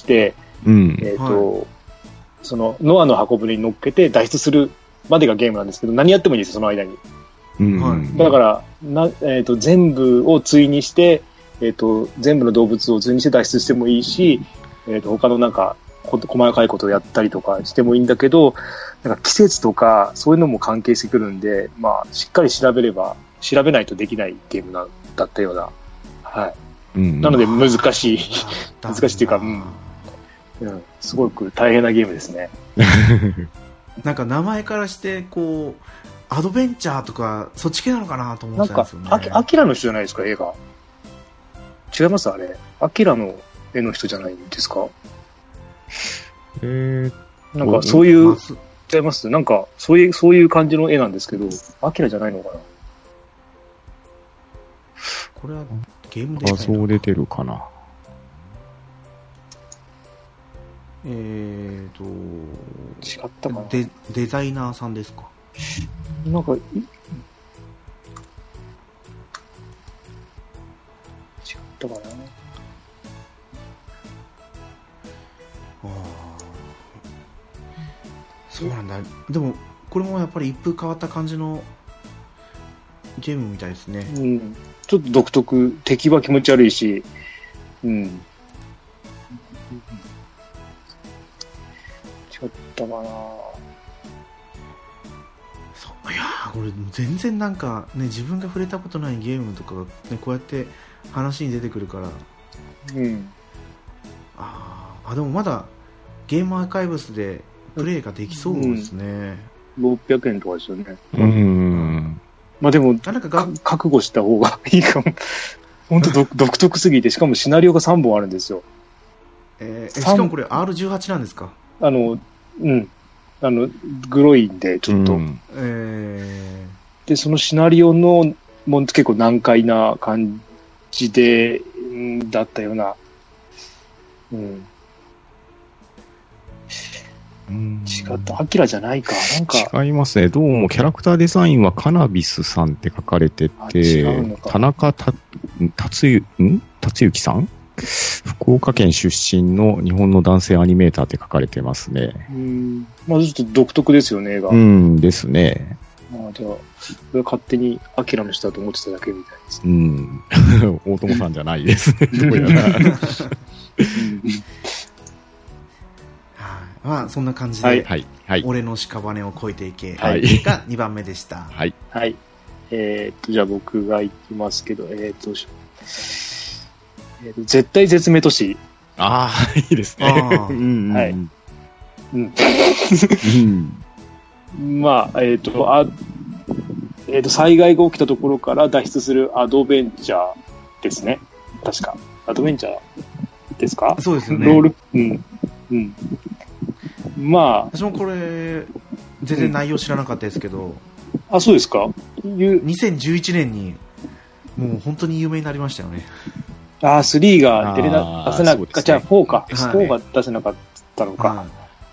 S2: その、ノアの箱舟に乗っけて脱出するまでがゲームなんですけど、何やってもいいですよ、その間に。だから、全部を対にして、全部の動物を対にして脱出してもいいし、他のなんか、細かいことをやったりとかしてもいいんだけど、なんか季節とか、そういうのも関係してくるんで、まあ、しっかり調べないとできないゲームだったような。はい。なので難しいっていうか、すごく大変なゲームですね。
S1: なんか名前からして、こう、アドベンチャーとか、そっち系なのかなと思ってたんですよね。
S2: なんか、アキラの人じゃないですか、映画。違いますあれ。アキラの絵の人じゃないんですか？なんかそういう、違いますなんか、そういう感じの絵なんですけど、アキラじゃないのかな？
S1: これはゲームで
S3: 画像出てるかな。
S2: 違ったかな。
S1: デザイナーさんですか？
S2: なんか、違ったかな。
S1: そうなんだ。でもこれもやっぱり一風変わった感じのゲームみたいですね。
S2: ちょっと独特、敵は気持ち悪いし、違ったかな。
S1: いやー、これ全然なんかね、自分が触れたことないゲームとかが、ね、こうやって話に出てくるから、でもまだゲームアーカイブスでプレイができそうですね。
S2: 600円とかですよね。まあでも覚悟した方がいいかも。本当独特すぎて、しかもシナリオが3本あるんですよ。
S1: しかもこれ R18 なんですか？
S2: グロいんで、ちょっと。で、そのシナリオの、もう結構難解な感じで、だったような。違った。アキラじゃないか。なんか。
S3: 違いますね。どうもキャラクターデザインはカナビスさんって書かれてて、田中達之さん？福岡県出身の日本の男性アニメーターって書かれてますね。
S2: まあちょっと独特ですよね、映画。
S3: ですね。
S2: じゃあ、俺は勝手にアキラの人だと思ってただけみたいです。
S3: 大友さんじゃないですね。どうやら。
S1: まあそんな感じで、俺の屍を越えていけが2番目でした。
S2: じゃあ僕が行きますけど、絶対絶命都市。
S3: いいですね。
S2: まあ、災害が起きたところから脱出するアドベンチャーですね。確か。アドベンチャーですか？
S1: そうですよね。
S2: ロール、まあ。
S1: 私もこれ、全然内容知らなかったですけど。
S2: そうですか
S1: ？2011年に、もう本当に有名になりましたよね。
S2: 3が出せなかった。じゃあ4か。4が出せなかったのか。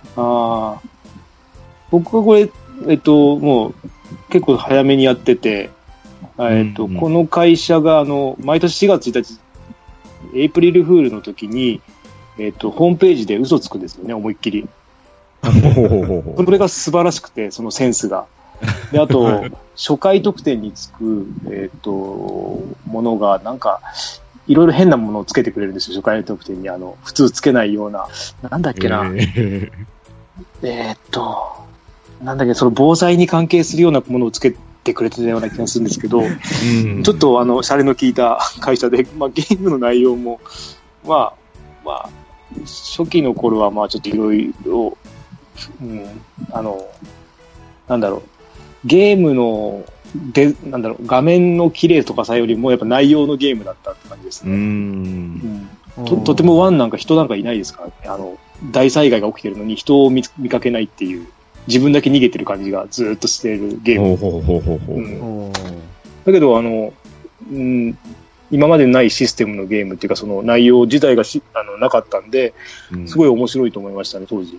S2: 僕はこれ、もう結構早めにやってて、この会社が毎年4月1日、エイプリルフールの時に、ホームページで嘘つくんですよね、思いっきり。それが素晴らしくて、そのセンスが。で、あと、初回特典につく、ものが、なんか、いろいろ変なものをつけてくれるんですよ、初回特典に。普通つけないような。なんだっけな。 なんだっけ、その防災に関係するようなものをつけてくれてたような気がするんですけど、ちょっとシャレの効いた会社で、まあ、ゲームの内容も、まあ、初期の頃はまあちょっといろいろ、なんだろう、ゲームのなんだろう、画面の綺麗とかさよりもやっぱ内容のゲームだったって感じですね。とてもワンなんか人なんかいないですから、ね、大災害が起きてるのに人を見かけないっていう、自分だけ逃げてる感じがずっとしているゲーム。だけど今までないシステムのゲームっていうか、その内容自体がなかったんで、すごい面白いと思いましたね、当時。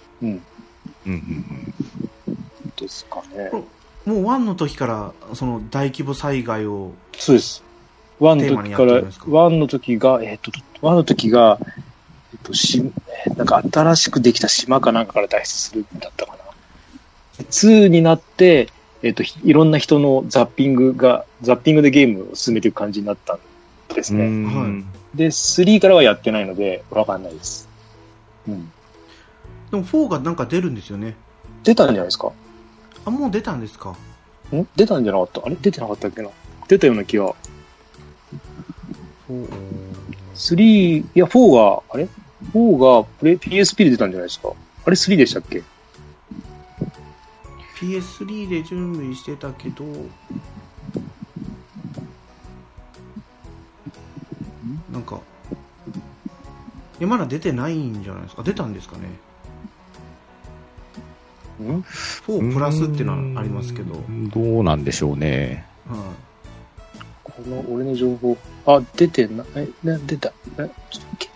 S2: ですかね。
S1: もう1の時からその大規模災害を、
S2: そうです。1の時から、1の時が、なんか新しくできた島かなんかから脱出するんだったかな。2になって、いろんな人のザッピングでゲームを進めていく感じになったんですね。で、3からはやってないので、わかんないです。
S1: でも4がなんか出るんですよね。
S2: 出たんじゃないですか。
S1: もう出たんですか。
S2: 出たんじゃなかった？あれ出てなかったっけな。出たような気が。3、いや、4が、あれ ?4 がPSP で出たんじゃないですか。あれ3でしたっけ？
S1: PS3 で準備してたけど、なんか、まだ出てないんじゃないですか。出たんですかね。4プラスっていうのはありますけど、
S3: どうなんでしょうね。
S2: この俺の情報、出てな、出た、ちょっとっけ、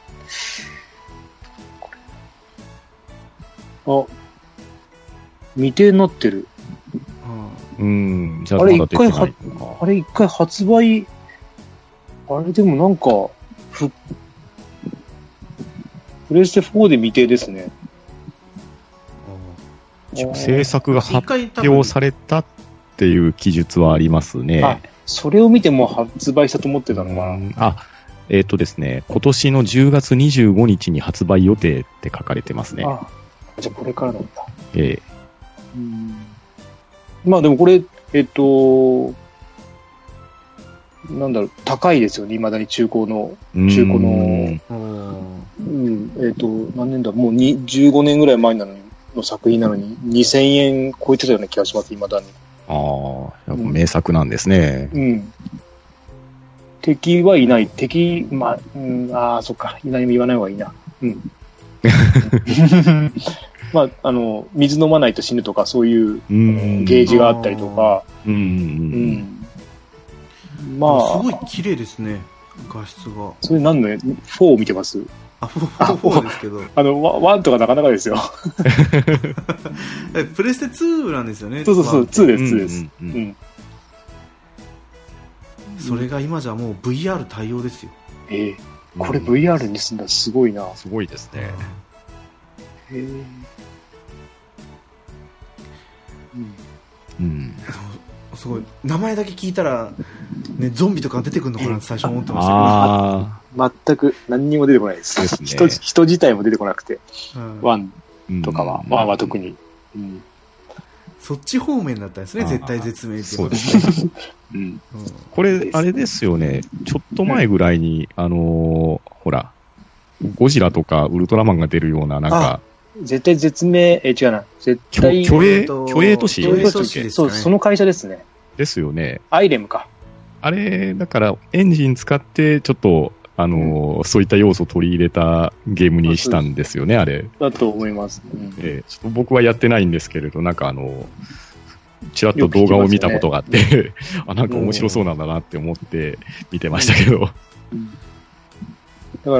S2: 未定になってる。
S3: じゃあまだ出てない。
S2: あれ一回発売、あれでもなんかプレステ4で未定ですね。
S3: 制作が発表されたっていう記述はありますね。
S2: それを見ても発売したと思ってたのかな。
S3: ですね、今年の10月25日に発売予定って書かれてますね。
S2: じゃあこれからなんだ。まあでもこれ、なんだろう、高いですよね、未だに中古の。何年だ、もう15年ぐらい前なのに、の作品なのに、2000円超えてたような気がします、未だに。
S3: 名作なんですね。
S2: 敵はいない。そっか、何も言わない方がいいな。まあ、水飲まないと死ぬとか、そういうゲージがあったりとか。
S1: まあ、すごい綺麗ですね、画質が。
S2: それ何の4を見てます？
S1: 4ですけど。
S2: 1とかなかなかですよ。
S1: プレステ2なんですよね。
S2: そう、2です、2です。
S1: それが今じゃもう VR 対応ですよ。
S2: これ VR にすんだ、すごいな。
S3: すごいですね。
S1: すごい。名前だけ聞いたら、ね、ゾンビとか出てくるのかなって最初思ってました
S2: けど。全く何にも出てこないです。人自体も出てこなくて。1とかは、1は特に。
S1: そっち方面だったんですね、絶対絶命って。
S3: そうですね。これ、あれですよね、ちょっと前ぐらいに、ほら、ゴジラとかウルトラマンが出るような、なんか、
S2: 絶対絶命、違うな。絶対。
S3: 虚栄都市
S2: そう、その会社ですね。
S3: ですよね。
S2: アイレムか。
S3: あれ、だから、エンジン使って、ちょっと、そういった要素を取り入れたゲームにしたんですよね、あれ。
S2: だと思います。
S3: ちょっと僕はやってないんですけれど、なんかちらっと動画を見たことがあって、なんか面白そうなんだなって思って見てましたけど。
S2: だから、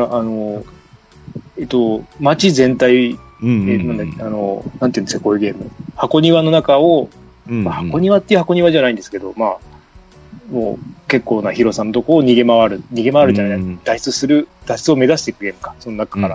S2: 街全体、なんていうんですか、こういうゲーム。箱庭の中を、箱庭っていう箱庭じゃないんですけど、もう結構な広さのとこを逃げ回るじゃない、脱出を目指していくゲームか、その中から。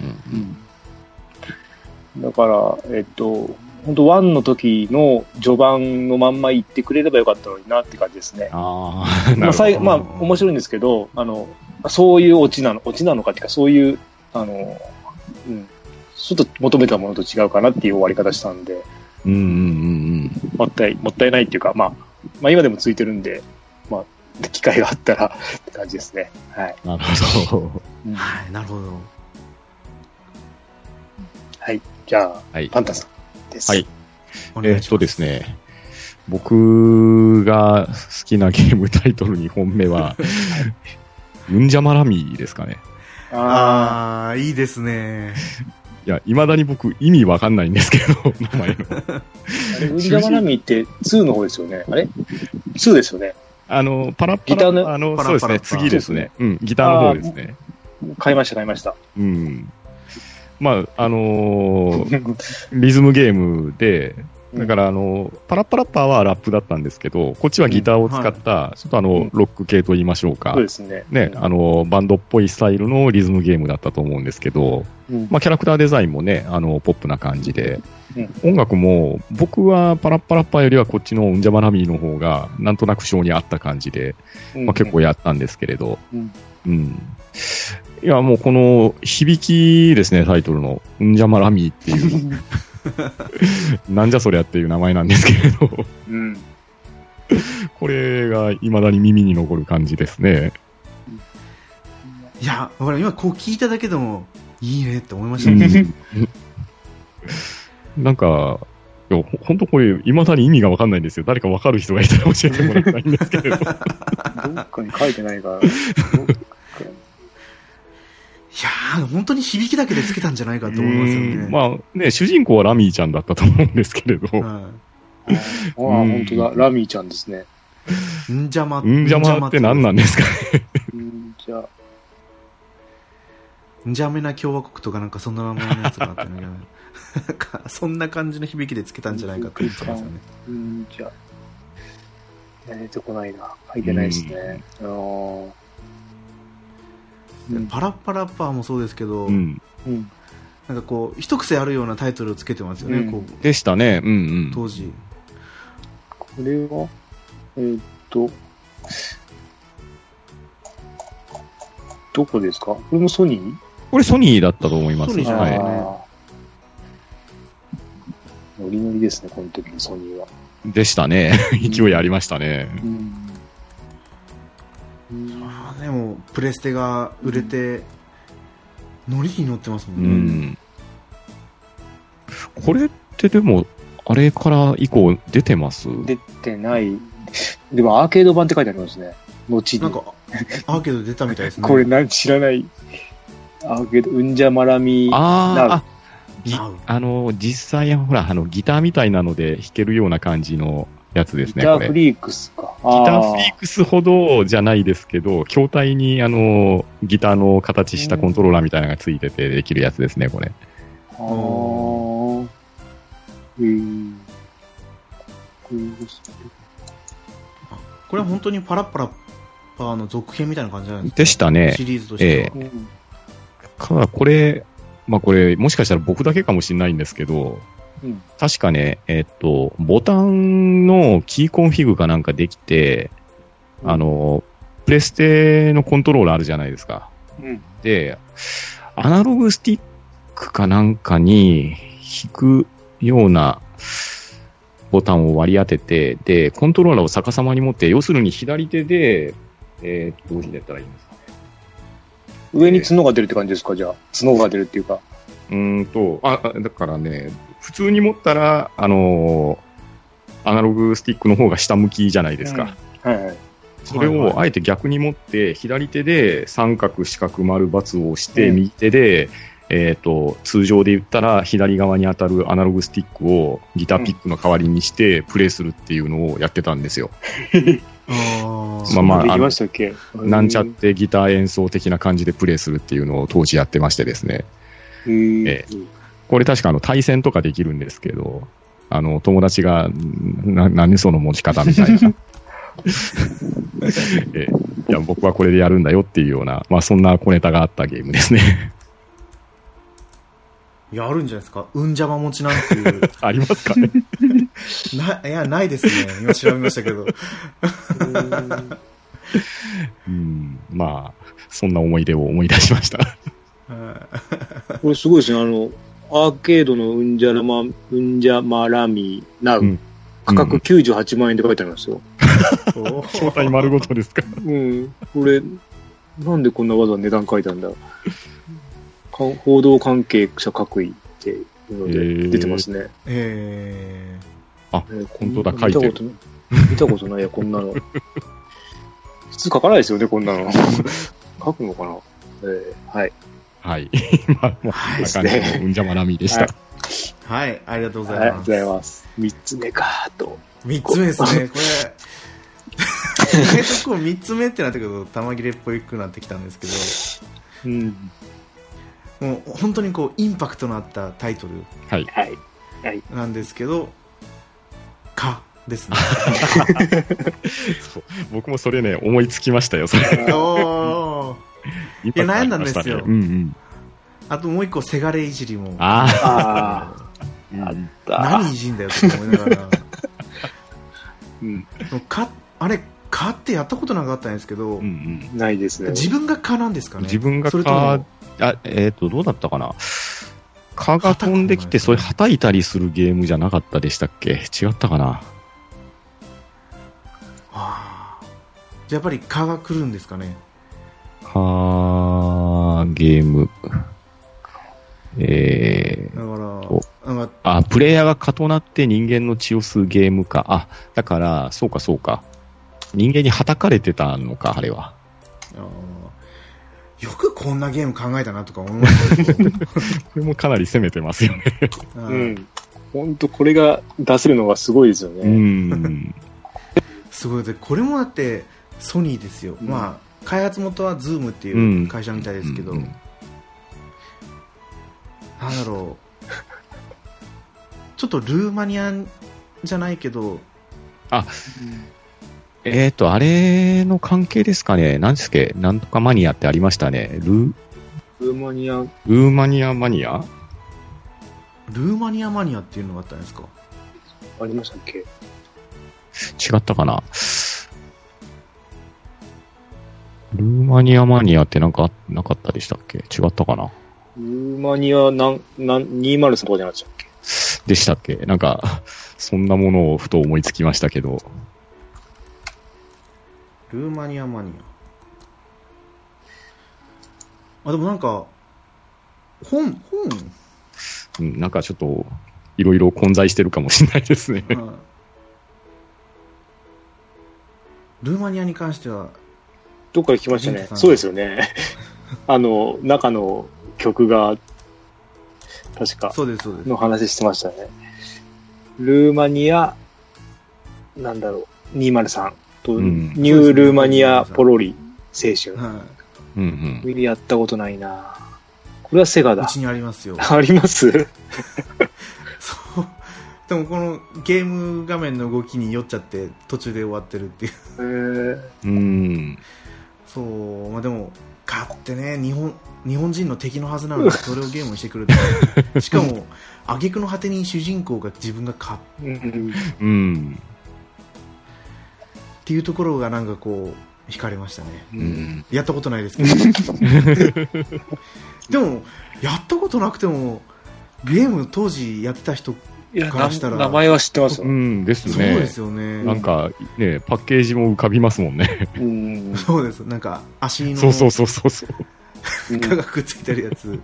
S2: だから、本当1の時の序盤のまんま行ってくれればよかったのになって感じですね。面白いんですけど、そういうオチなのかっていうか、そういう、ちょっと求めたものと違うかなっていう終わり方したんで、 もったいないっていうか、まあ今でもついてるんで、まあ、機会があったらって感じですね。はい。
S3: なるほど。
S1: はい、なるほど。
S2: はい。じゃあ、
S3: はい、
S2: パンタさんです。
S3: はい。ですね、僕が好きなゲームタイトル2本目は、うんじゃまらみですかね。
S1: ああ、いいですね。
S3: いや、未だに僕、意味わかんないんですけど、名前の。
S2: あれ、うんじゃまらみって2の方ですよね。あれ ?2 ですよね。
S3: パラッパラ、そうですね、次ですね。うん、ギターの方ですね。
S2: 買いました。
S3: うん。まあ、リズムゲームで、だからパラッパラッパーはラップだったんですけど、こっちはギターを使った、ちょっとロック系と言いましょうか。
S2: そうですね。
S3: ね、バンドっぽいスタイルのリズムゲームだったと思うんですけど、まあ、キャラクターデザインもね、ポップな感じで、音楽も、僕はパラッパラッパーよりはこっちのうんじゃまらみの方が、なんとなく性に合った感じで、まあ、結構やったんですけれど、いや、もうこの響きですね、タイトルの、うんじゃまらみっていう。なんじゃそりゃっていう名前なんですけれど、これが未だに耳に残る感じですね。
S1: いや、ほら今こう聞いただけでもいいねって思いましたね。
S3: なんか、本当これ未だに意味が分かんないんですよ。誰か分かる人がいたら教えてもらいたいんですけれど。ど
S2: っかに書いてないから。
S1: いやー、本当に響きだけでつけたんじゃないかと思いますよね。
S3: まあね、主人公はラミーちゃんだったと思うんですけれど。
S2: 本当だ、ラミーちゃんですね。
S1: んじゃま
S3: って何なんですかね。
S1: んじゃめな共和国とかなんかそんな名前のやつがあったんだけど、そんな感じの響きでつけたんじゃないかと思ってますよね。
S2: 出てこないな。書いてないですね。
S1: パラッパラッパーもそうですけど、なんかこう一癖あるようなタイトルをつけてますよね、こう
S3: でしたね、
S1: 当時。
S2: これはどこですか？これもソニー？
S3: これソニーだったと思います。
S2: ノリノリですね、この時のソニーは。
S3: でしたね。勢いありましたね。
S1: でもプレステが売れてノリに乗ってますもんね。
S3: これってでもあれから以降出てます？
S2: 出てない。でもアーケード版って書いてありますね。後に
S1: なんかアーケード出たみたいですね。
S2: これ知らない。アーケードうんじゃまらみ。
S3: 実際ほらギターみたいなので弾けるような感じのやつですね。
S2: ギターフリークスか。
S3: ギターフリークスほどじゃないですけど、筐体にギターの形したコントローラーみたいなのがついててできるやつですね、これ。
S1: これは本当にパラッパラッパーの続編みたいな感じなんですか？
S3: でしたね。
S1: シリーズとしては。
S3: これもしかしたら僕だけかもしれないんですけど、確かね、ボタンのキーコンフィグかなんかできて、プレステのコントローラーあるじゃないですか。で、アナログスティックかなんかに弾くようなボタンを割り当てて、で、コントローラーを逆さまに持って、要するに左手で、どうやったらいいんですかね。
S2: 上に角が出るって感じですか？じゃあ、角が出るっていうか。
S3: だからね、普通に持ったら、アナログスティックの方が下向きじゃないですか。それをあえて逆に持って、左手で三角、四角、丸、×を押して、右手で、通常で言ったら左側に当たるアナログスティックをギターピックの代わりにしてプレイするっていうのをやってたんですよ。なんちゃってギター演奏的な感じでプレイするっていうのを当時やってましてですね。これ確か対戦とかできるんですけど、友達が何その持ち方みたいな。いや僕はこれでやるんだよっていうような、そんな小ネタがあったゲームですね。
S1: いや、あるんじゃないですか。うんじゃま持ちなんていう。
S3: ありますかね。
S1: いや、ないですね。今調べましたけど。
S3: そんな思い出を思い出しました。
S2: これすごいですね。 アーケードのうんじゃまラミナウ、価格98万円で書いてありますよ。
S3: 招待丸ごとですか。
S2: これ、なんでこんなわざわざ値段書いたんだ。報道関係者各位っていうので出てますね。
S3: あ、本当だ、書いてる。
S2: 見たことないや、こんなの。普通書かないですよね、こんなの。書くのかな。はい。
S3: はい。まあ、こんな感じのうんじゃまラミでした。
S1: はい、ありがとうございます。
S2: ありがとうございます。3つ目かと。
S1: 3つ目ですね、これ。意外とこう3つ目ってなったけど、玉切れっぽくなってきたんですけど、もう本当にこうインパクトのあったタイトルなんですけど、かですね。
S3: そう、僕もそれね、思いつきましたよ、それ。
S1: いや、悩んだんですよ。あともう一個、せがれいじりも。
S2: あ
S1: 何いじんだよって思いながら。あれ、かってやったことなかったんですけど、
S2: ないですね。
S1: 自分がかなんですかね。
S3: 自分がか、どうだったかな。蚊が飛んできて、それ叩いたりするゲームじゃなかったでしたっけ？違ったかな。
S1: じゃあやっぱり蚊が来るんですかね。
S3: ゲーム。
S1: だから
S3: プレイヤーが蚊となって人間の血を吸うゲームか。だから、そうか。人間に叩かれてたのか、あれは。
S1: よくこんなゲーム考えたなとか思いましたけど。こ
S3: れもかなり攻めてますよね。
S2: 本当これが出せるのがすごいですよね。
S1: すごい。で、これもだってソニーですよ。まあ、開発元はズームっていう会社みたいですけど、なんだろう。ちょっとルーマニアじゃないけど、
S3: あれの関係ですかね。なんですっけ、なんとかマニアってありましたね。ルーマニアマニア
S1: ルーマニアマニアっていうのがあったんですか？
S2: ありましたっけ？
S3: 違ったかな。ルーマニアマニアってなんかなかったでしたっけ？違ったかな。
S2: ルーマニア203とかじゃなかったっけ？
S3: でしたっけ？なんか、そんなものをふと思いつきましたけど。
S1: ルーマニアマニア。でもなんか、本
S3: なんかちょっと、いろいろ混在してるかもしれないですね。
S1: ルーマニアに関しては、
S2: どっかで来ましたね。そうですよね。中の曲が、確か、の話してましたね。ルーマニア、なんだろう、203と、ニュールーマニアポロリ青春。やったことないな。これはセガだ。
S1: うちにありますよ。
S2: ありますそう。
S1: でもこのゲーム画面の動きに酔っちゃって途中で終わってるっていう。そう、まあでも、買ってね、日本人の敵のはずなのにそれをゲームにしてくると。しかも、挙句の果てに主人公が自分が買って。っていうところがなんかこう、惹かれましたね。やったことないですけど。でも、やったことなくても、ゲーム当時やってた人からしたら。
S2: 名前は知ってますよ。
S3: ですね。
S1: そうですよね。
S3: なんか、ね、パッケージも浮かびますもんね。
S1: そうです。なんか、足の。
S3: そう。
S1: 蚊がくっついてるやつ。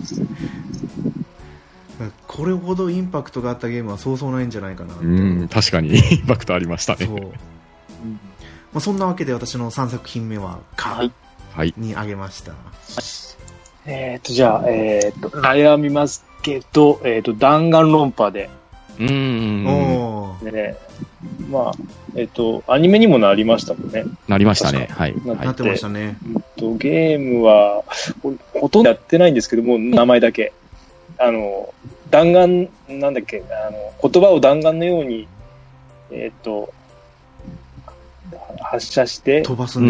S1: これほどインパクトがあったゲームはそうそうないんじゃないかな。
S3: 確かにインパクトありましたね。
S1: まあ、そんなわけで私の3作品目は蚊にあげました。
S2: じゃあ、悩みますけど、弾丸論破で。まあ、アニメにもなりましたもんね。
S3: なりましたね。はい。
S1: なってましたね。
S2: ゲームは、ほとんどやってないんですけども、名前だけ。弾丸、なんだっけ、言葉を弾丸のように、発射して、
S1: 飛ばして、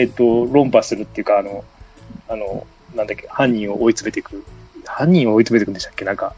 S2: 論破するっていうか、なんだっけ、犯人を追い詰めていく。犯人を追い詰めていくんでしたっけ？なんか。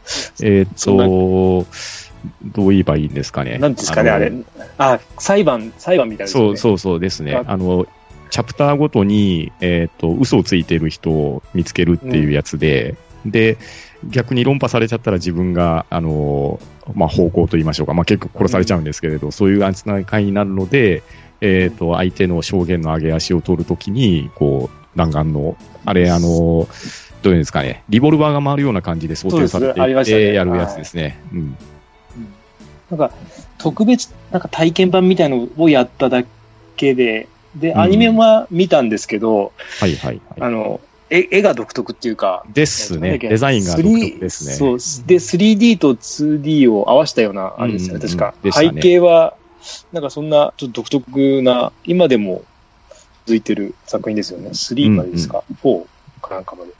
S3: どう言えばいいんですかね。
S2: なんですかね、あれ。裁判みたいな、ね。
S3: そうですね。チャプターごとに、嘘をついてる人を見つけるっていうやつで、で、 逆に論破されちゃったら自分が、方向と言いましょうか、結局殺されちゃうんですけれど、そういう扱いになるので、相手の証言の上げ足を取るときに、弾丸の、どういうんですかね、リボルバーが回るような感じで想定されていて、やるやつですね。
S2: なんか、特別、なんか体験版みたいのをやっただけで、アニメは見たんですけど、絵が独特っていうか。
S3: ですね。デザインが独特ですね。
S2: そう。で、3D と 2D を合わせたような、あれですよね、確か。背景は、なんかそんな、ちょっと独特な、今でも続いてる作品ですよね。3までですか、4かなんかまで。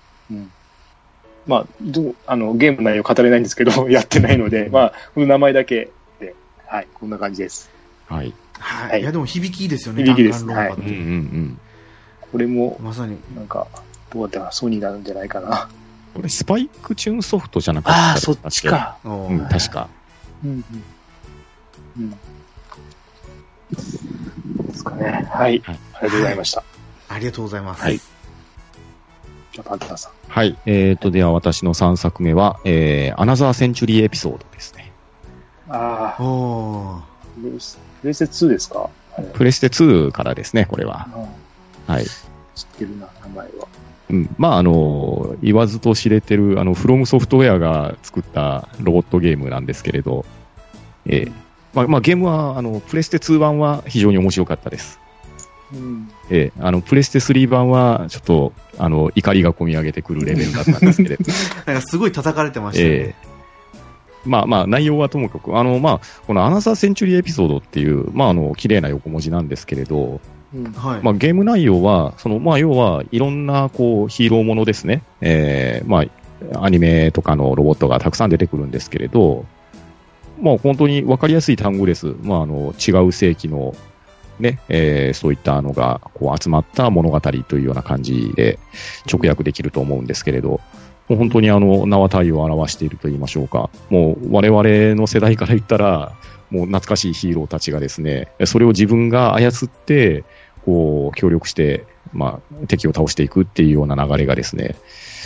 S2: ゲーム内容語れないんですけど、やってないので、この名前だけで、はい、こんな感じです。
S1: はい。いや、でも響きいいですよね、
S2: 響きです。
S1: はい。
S2: これも、
S1: まさに、
S2: なんか、どうやったらソニーなんじゃないかな。
S3: これ、スパイクチューンソフトじゃなかったっけ？
S2: そっちか。
S3: 確か。
S2: ですかね。はい。ありがとうございました。
S1: ありがとうございます。
S3: はい。
S2: じゃあ、パンターさん。
S3: はい。では、私の3作目は、アナザーセンチュリーエピソードですね。
S2: プレステ2ですか？
S3: プレステ2からですね、これは。はい。
S2: 知ってるな、名前は。
S3: 言わずと知れてる、フロムソフトウェアが作ったロボットゲームなんですけれど、ゲームは、プレステ2版は非常に面白かったです。プレステ3版は、ちょっと、怒りが込み上げてくるレベルだったんですけれど。
S1: なんかすごい叩かれてましたね。
S3: 内容はともかく、このアナザーセンチュリーエピソードっていう、綺麗な横文字なんですけれど、ゲーム内容は、要は、いろんな、ヒーローものですね。アニメとかのロボットがたくさん出てくるんですけれど、本当に分かりやすい単語です。違う世紀の、ね、そういったのが、集まった物語というような感じで直訳できると思うんですけれど、もう本当に名は体を表していると言いましょうか。もう我々の世代から言ったら、もう懐かしいヒーローたちがですね、それを自分が操って、協力して、敵を倒していくっていうような流れがですね、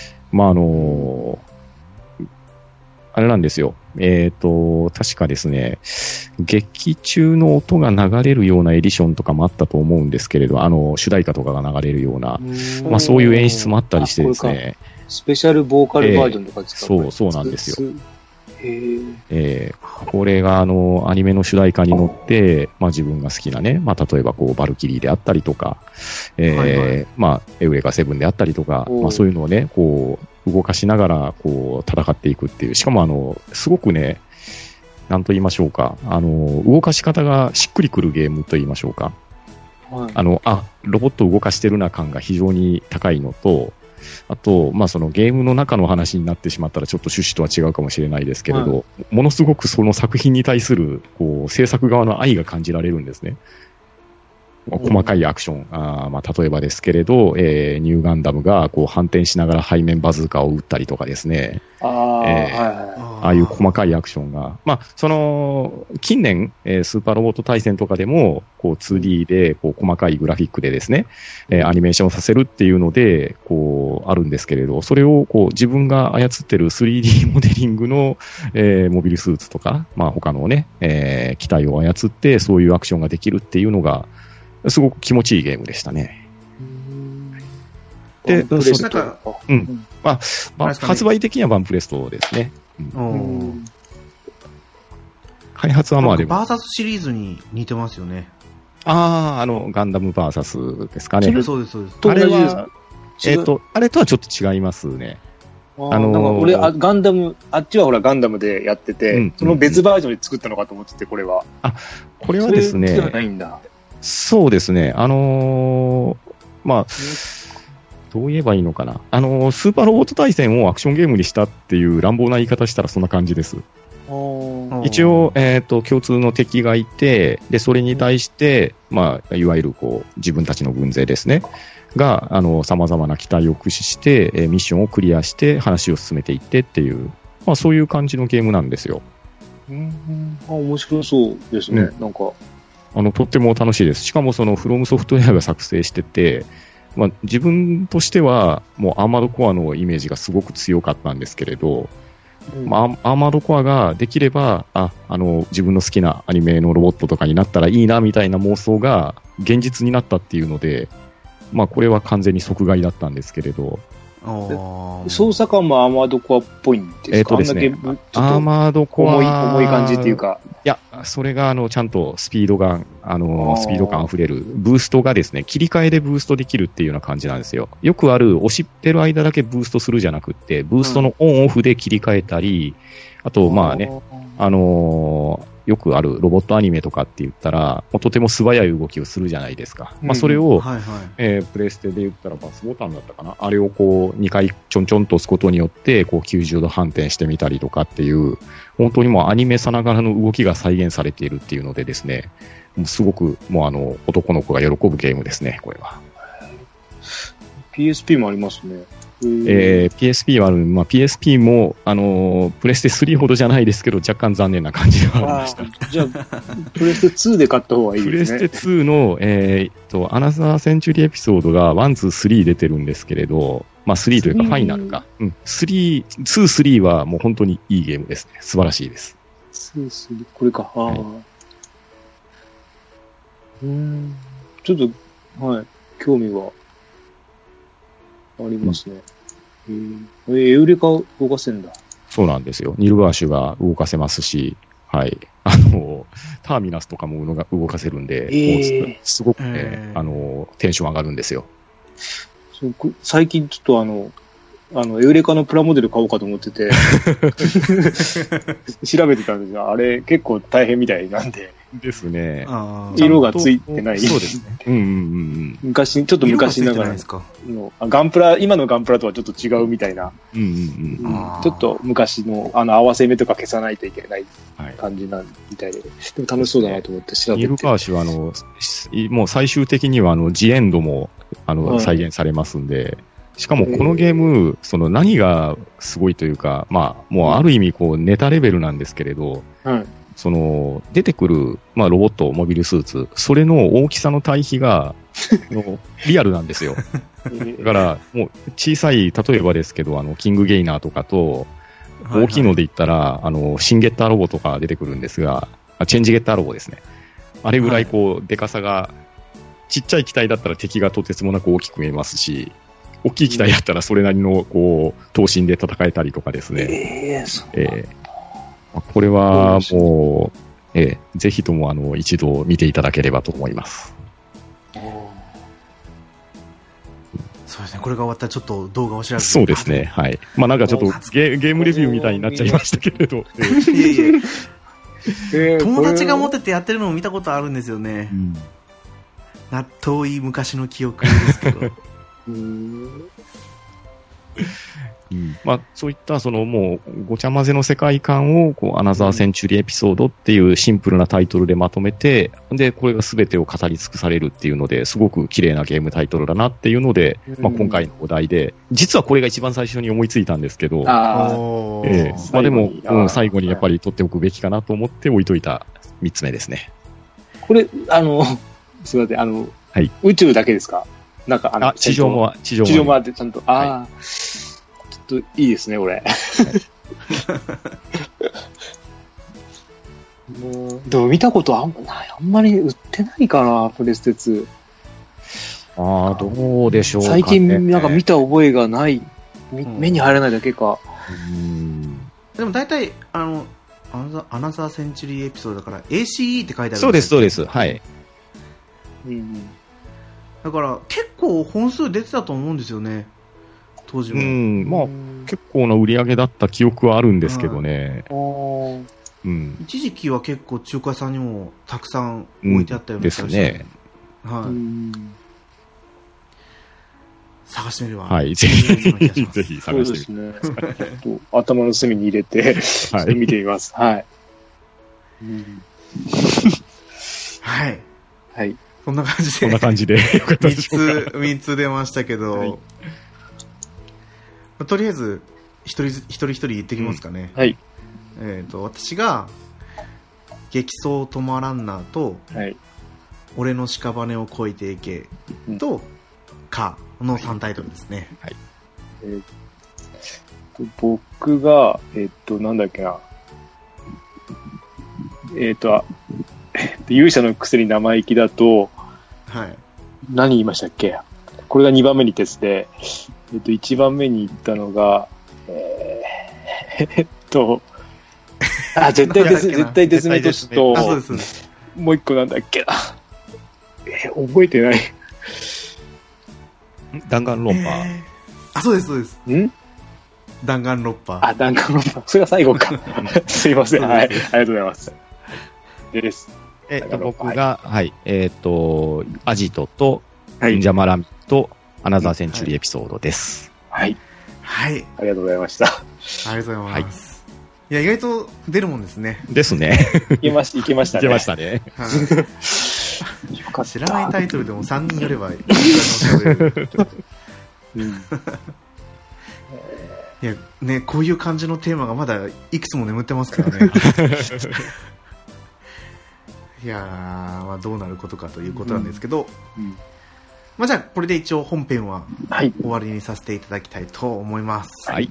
S3: あれなんですよ。確かですね、劇中の音が流れるようなエディションとかもあったと思うんですけれど、主題歌とかが流れるような、そういう演出もあったりしてですね。
S2: スペシャルボーカルバージョンとかですか？
S3: そうなんですよ。これがアニメの主題歌に乗って、自分が好きなね、例えばバルキリーであったりとか、エウレカセブンであったりとか、そういうのをね、動かしながら、戦っていくっていう。しかもすごくね、なんと言いましょうか、動かし方がしっくりくるゲームと言いましょうか。ロボットを動かしてるな感が非常に高いのと、あと、そのゲームの中の話になってしまったらちょっと趣旨とは違うかもしれないですけれど、ものすごくその作品に対する制作側の愛が感じられるんですね。細かいアクション、例えばですけれど、ニューガンダムが反転しながら背面バズーカを撃ったりとかですね、ああいう細かいアクションが、近年、スーパーロボット対戦とかでも2D で細かいグラフィックでですね、アニメーションさせるっていうのであるんですけれど、それを自分が操ってる 3D モデリングの、モビルスーツとか、他のね、機体を操ってそういうアクションができるっていうのがすごく気持ちいいゲームでしたね。で、発売的にはバンプレストですね。開発はでも。
S1: バーサスシリーズに似てますよね。
S3: ガンダムバーサスですかね。
S1: そうです。
S3: あれは、あれとはちょっと違いますね。
S2: 俺ガンダム、あっちはほらガンダムでやってて、その別バージョンで作ったのかと思ってて、これは。
S3: これはですね。
S2: それではないんだ。
S3: そうですね。どう言えばいいのかな。スーパーロボット対戦をアクションゲームにしたっていう乱暴な言い方したらそんな感じです。一応、共通の敵がいて、で、それに対して、いわゆる自分たちの軍勢ですね。が、様々な機体を駆使して、ミッションをクリアして話を進めていってっていう、そういう感じのゲームなんですよ。
S2: 面白そうですね。なんか。
S3: とっても楽しいです。しかもそのフロムソフトウェアが作成してて、 まあ、自分としては、もうアーマードコアのイメージがすごく強かったんですけれど、まあ、アーマードコアができれば、自分の好きなアニメのロボットとかになったらいいなみたいな妄想が現実になったっていうので、まあ、これは完全に即買いだったんですけれど。
S2: 操作感もアーマードコアっぽいんですか？
S3: ですね、アーマードコア
S2: 重い感じっていうか。
S3: いや、それがちゃんとスピード感あふれる、ブーストがですね、切り替えでブーストできるっていうような感じなんですよ。よくある、押してる間だけブーストするじゃなくって、ブーストのオンオフで切り替えたり、あと、まあね、よくあるロボットアニメとかって言ったら、とても素早い動きをするじゃないですか。まあ、それを、プレステで言ったらバスボタンだったかな。あれをこう、2回ちょんちょんと押すことによって、こう、90度反転してみたりとかっていう、本当にもうアニメさながらの動きが再現されているっていうのでですね、もうすごく、もう男の子が喜ぶゲームですね、これは。
S2: PSP もありますね。
S3: PSP はある、まあ、PSP も、プレステ3ほどじゃないですけど、若干残念な感じがありました。
S2: じゃあ、プレステ2で買った方がいいですね。
S3: プレステ2の、アナザーセンチュリーエピソードが1、2、3出てるんですけれど、まあ、3というかファイナルか。2、3はもう本当にいいゲームですね。素晴らしいです。
S2: 2、3、これか。はい、ちょっと、はい、興味はありますね。エウレカを動かせるんだ。
S3: そうなんですよ。ニルバーシュが動かせますし、はい。ターミナスとかも動かせるんで、すごくね、テンション上がるんですよ。
S2: 最近ちょっとエウレカのプラモデル買おうかと思ってて、調べてたんですが、あれ結構大変みたいなんで。
S3: ですね。
S2: 色がついてない。
S3: そうですね。ちょ
S2: っと昔ながらのガンプラ、今のガンプラとはちょっと違うみたいな。ちょっと昔の合わせ目とか消さないといけない感じなんみたいで、でも楽しそうだなと思って調べて。
S3: ニルバーシュはもう最終的にはジエンドも再現されますんで。しかもこのゲーム、何がすごいというか、まあ、もうある意味こうネタレベルなんですけれど、出てくる、まあ、ロボット、モビルスーツ、それの大きさの対比が、リアルなんですよ。だから、もう小さい、例えばですけど、キングゲイナーとかと、大きいので言ったら、シンゲッターロボとか出てくるんですが、チェンジゲッターロボですね。あれぐらいこう、でかさが、ちっちゃい機体だったら敵がとてつもなく大きく見えますし、大きい機体だったらそれなりのこう闘神で戦えたりとかですね。これはもう、ぜひとも一度見ていただければと思います。
S1: そうですね。これが終わったらちょっと動画を調べて。
S3: そうですね。はい。まあなんかちょっとゲームレビューみたいになっちゃいましたけれど。
S1: 友達が持っててやってるのを見たことあるんですよね。遠い昔の記憶ですけど。
S3: まあ、そういったもうごちゃ混ぜの世界観をアナザーセンチュリーエピソードっていうシンプルなタイトルでまとめて、でこれが全てを語り尽くされるっていうのですごく綺麗なゲームタイトルだなっていうので、まあ、今回のお題で実はこれが一番最初に思いついたんですけど、まあ、でも、最後にやっぱり取っておくべきかなと思って置いといた3つ目ですね。
S2: これすみませんはい、宇宙だけですか？なんか
S3: 地上も
S2: 地上もあってちゃんと、ちょっといいですね、これ。でも見たことあんまり売ってないかな、プレステ2。
S3: どうでしょうかね。
S2: 最近なんか見た覚えがない、目に入らないだけか。
S1: でも大体アナザーセンチュリーエピソードだから ACE って書いてあるんですよ。
S3: そうですそうです。はい。
S1: だから結構本数出てたと思うんですよね、当時は。
S3: まあ結構な売り上げだった記憶はあるんですけどね。
S1: 一時期は結構中華屋さんにもたくさん置いてあったような気がして、ですね。探してみれば。
S3: はい、ぜひぜひ探してみて。
S2: そうですね。頭の隅に入れて見てみます。はい。
S1: はい。
S2: はい。
S1: こんな感じで。
S3: こんな感じで。よかったでしょうか。
S1: 3つ出ましたけど、とりあえず、一人言ってきますかね。
S2: はい。
S1: 私が、激走トマランナーと、俺の屍を越えていけ、と、 の3タイトルですね。
S3: はい。
S2: 僕が、なんだっけな。勇者のくせに生意気だと、
S1: はい。
S2: 何言いましたっけ？これが2番目に鉄で、1番目に言ったのが、絶対デスメトスと、
S1: そうです。
S2: もう一個なんだっけな。覚えてない。
S3: 弾丸論破。
S1: そうです、そうです。
S2: ん
S1: 弾丸論破。
S2: 弾丸論破。それが最後か。すいません。はい。ありがとうございます。です。
S3: 僕が、はい、アジトと、忍者マラミと、アナザーセンチュリーエピソードです。
S2: はい。
S1: はい。
S2: ありがとうございました。
S1: ありがとうございます。いや、意外と出るもんですね。
S3: ですね。
S2: いけましたね。
S3: いけましたね。
S1: 知らないタイトルでも3人よればいい喋る。いや、ね、こういう感じのテーマがまだいくつも眠ってますからね。いやー、まあ、どうなることかということなんですけど、まあ、じゃあこれで一応本編は終わりにさせていただきたいと思います。
S3: はい。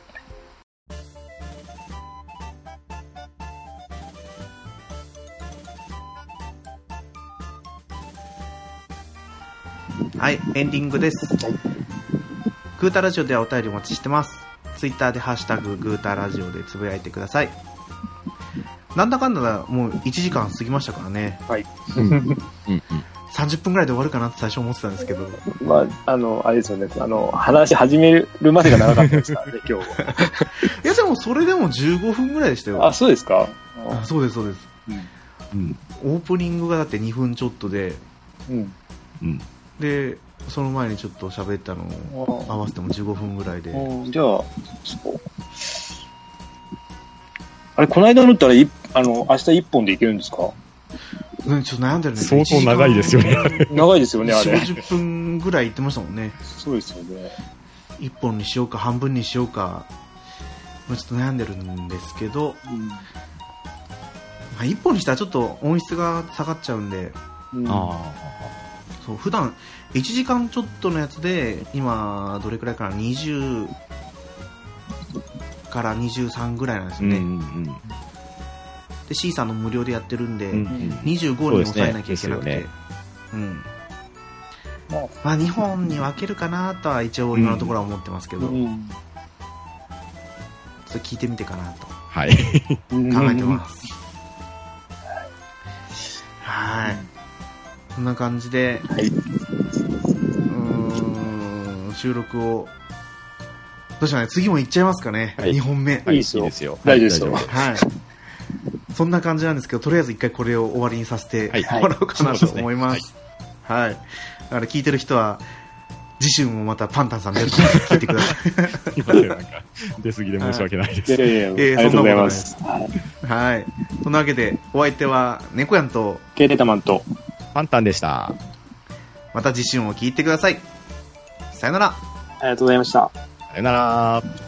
S1: はい、エンディングです。グータラジオではお便りお待ちしてます。ツイッターでハッシュタググータラジオでつぶやいてください。なんだかんだもう1時間過ぎましたからね。
S2: はい。
S1: 30分ぐらいで終わるかなって最初思ってたんですけど。
S2: まあ、あれですよね。話始めるまでが長かったですからね、今日。
S1: いや、でもそれでも15分ぐらいでしたよ。
S2: そうですか？
S1: そうです、そうです。オープニングがだって2分ちょっとで、で、その前にちょっと喋ったのを合わせても15分ぐらいで。
S2: じゃあ、あれ、この間のったら、明日1本でいけるんですか？
S1: ちょっと悩んでるね。
S3: 相当長いですよね。
S2: 長いですよね、あれ。
S1: 40分ぐらい言ってましたもんね。
S2: そうですよね。
S1: 1本にしようか、半分にしようか、ちょっと悩んでるんですけど、まあ、1本にしたらちょっと音質が下がっちゃうんで、そう普段1時間ちょっとのやつで今どれくらいかな、20から23ぐらいなんですよね。で C さんの無料でやってるんで、25に抑えなきゃいけなくて、まあ2本に分けるかなとは一応今のところは思ってますけど、ちょっと聞いてみてかなと考えてます。はい、こんな感じで、収録をどうしようね、次も行っちゃいますかね、2本目。
S2: いいですよ。大丈夫ですよ。
S1: はい。そんな感じなんですけど、とりあえず一回これを終わりにさせてもらおうかなと思います。はい。だから聞いてる人は次週もまたパンタンさん出るので聞いてください。
S3: 今なんか出過ぎで申し訳ないです。
S2: ありがとうございます。
S1: はい。そんなわけでお相手は猫やんと
S2: ケイレタマンと
S3: パンタンでした。
S1: また次週も聞いてください。さよなら。
S2: ありがとうございました。
S3: さよなら。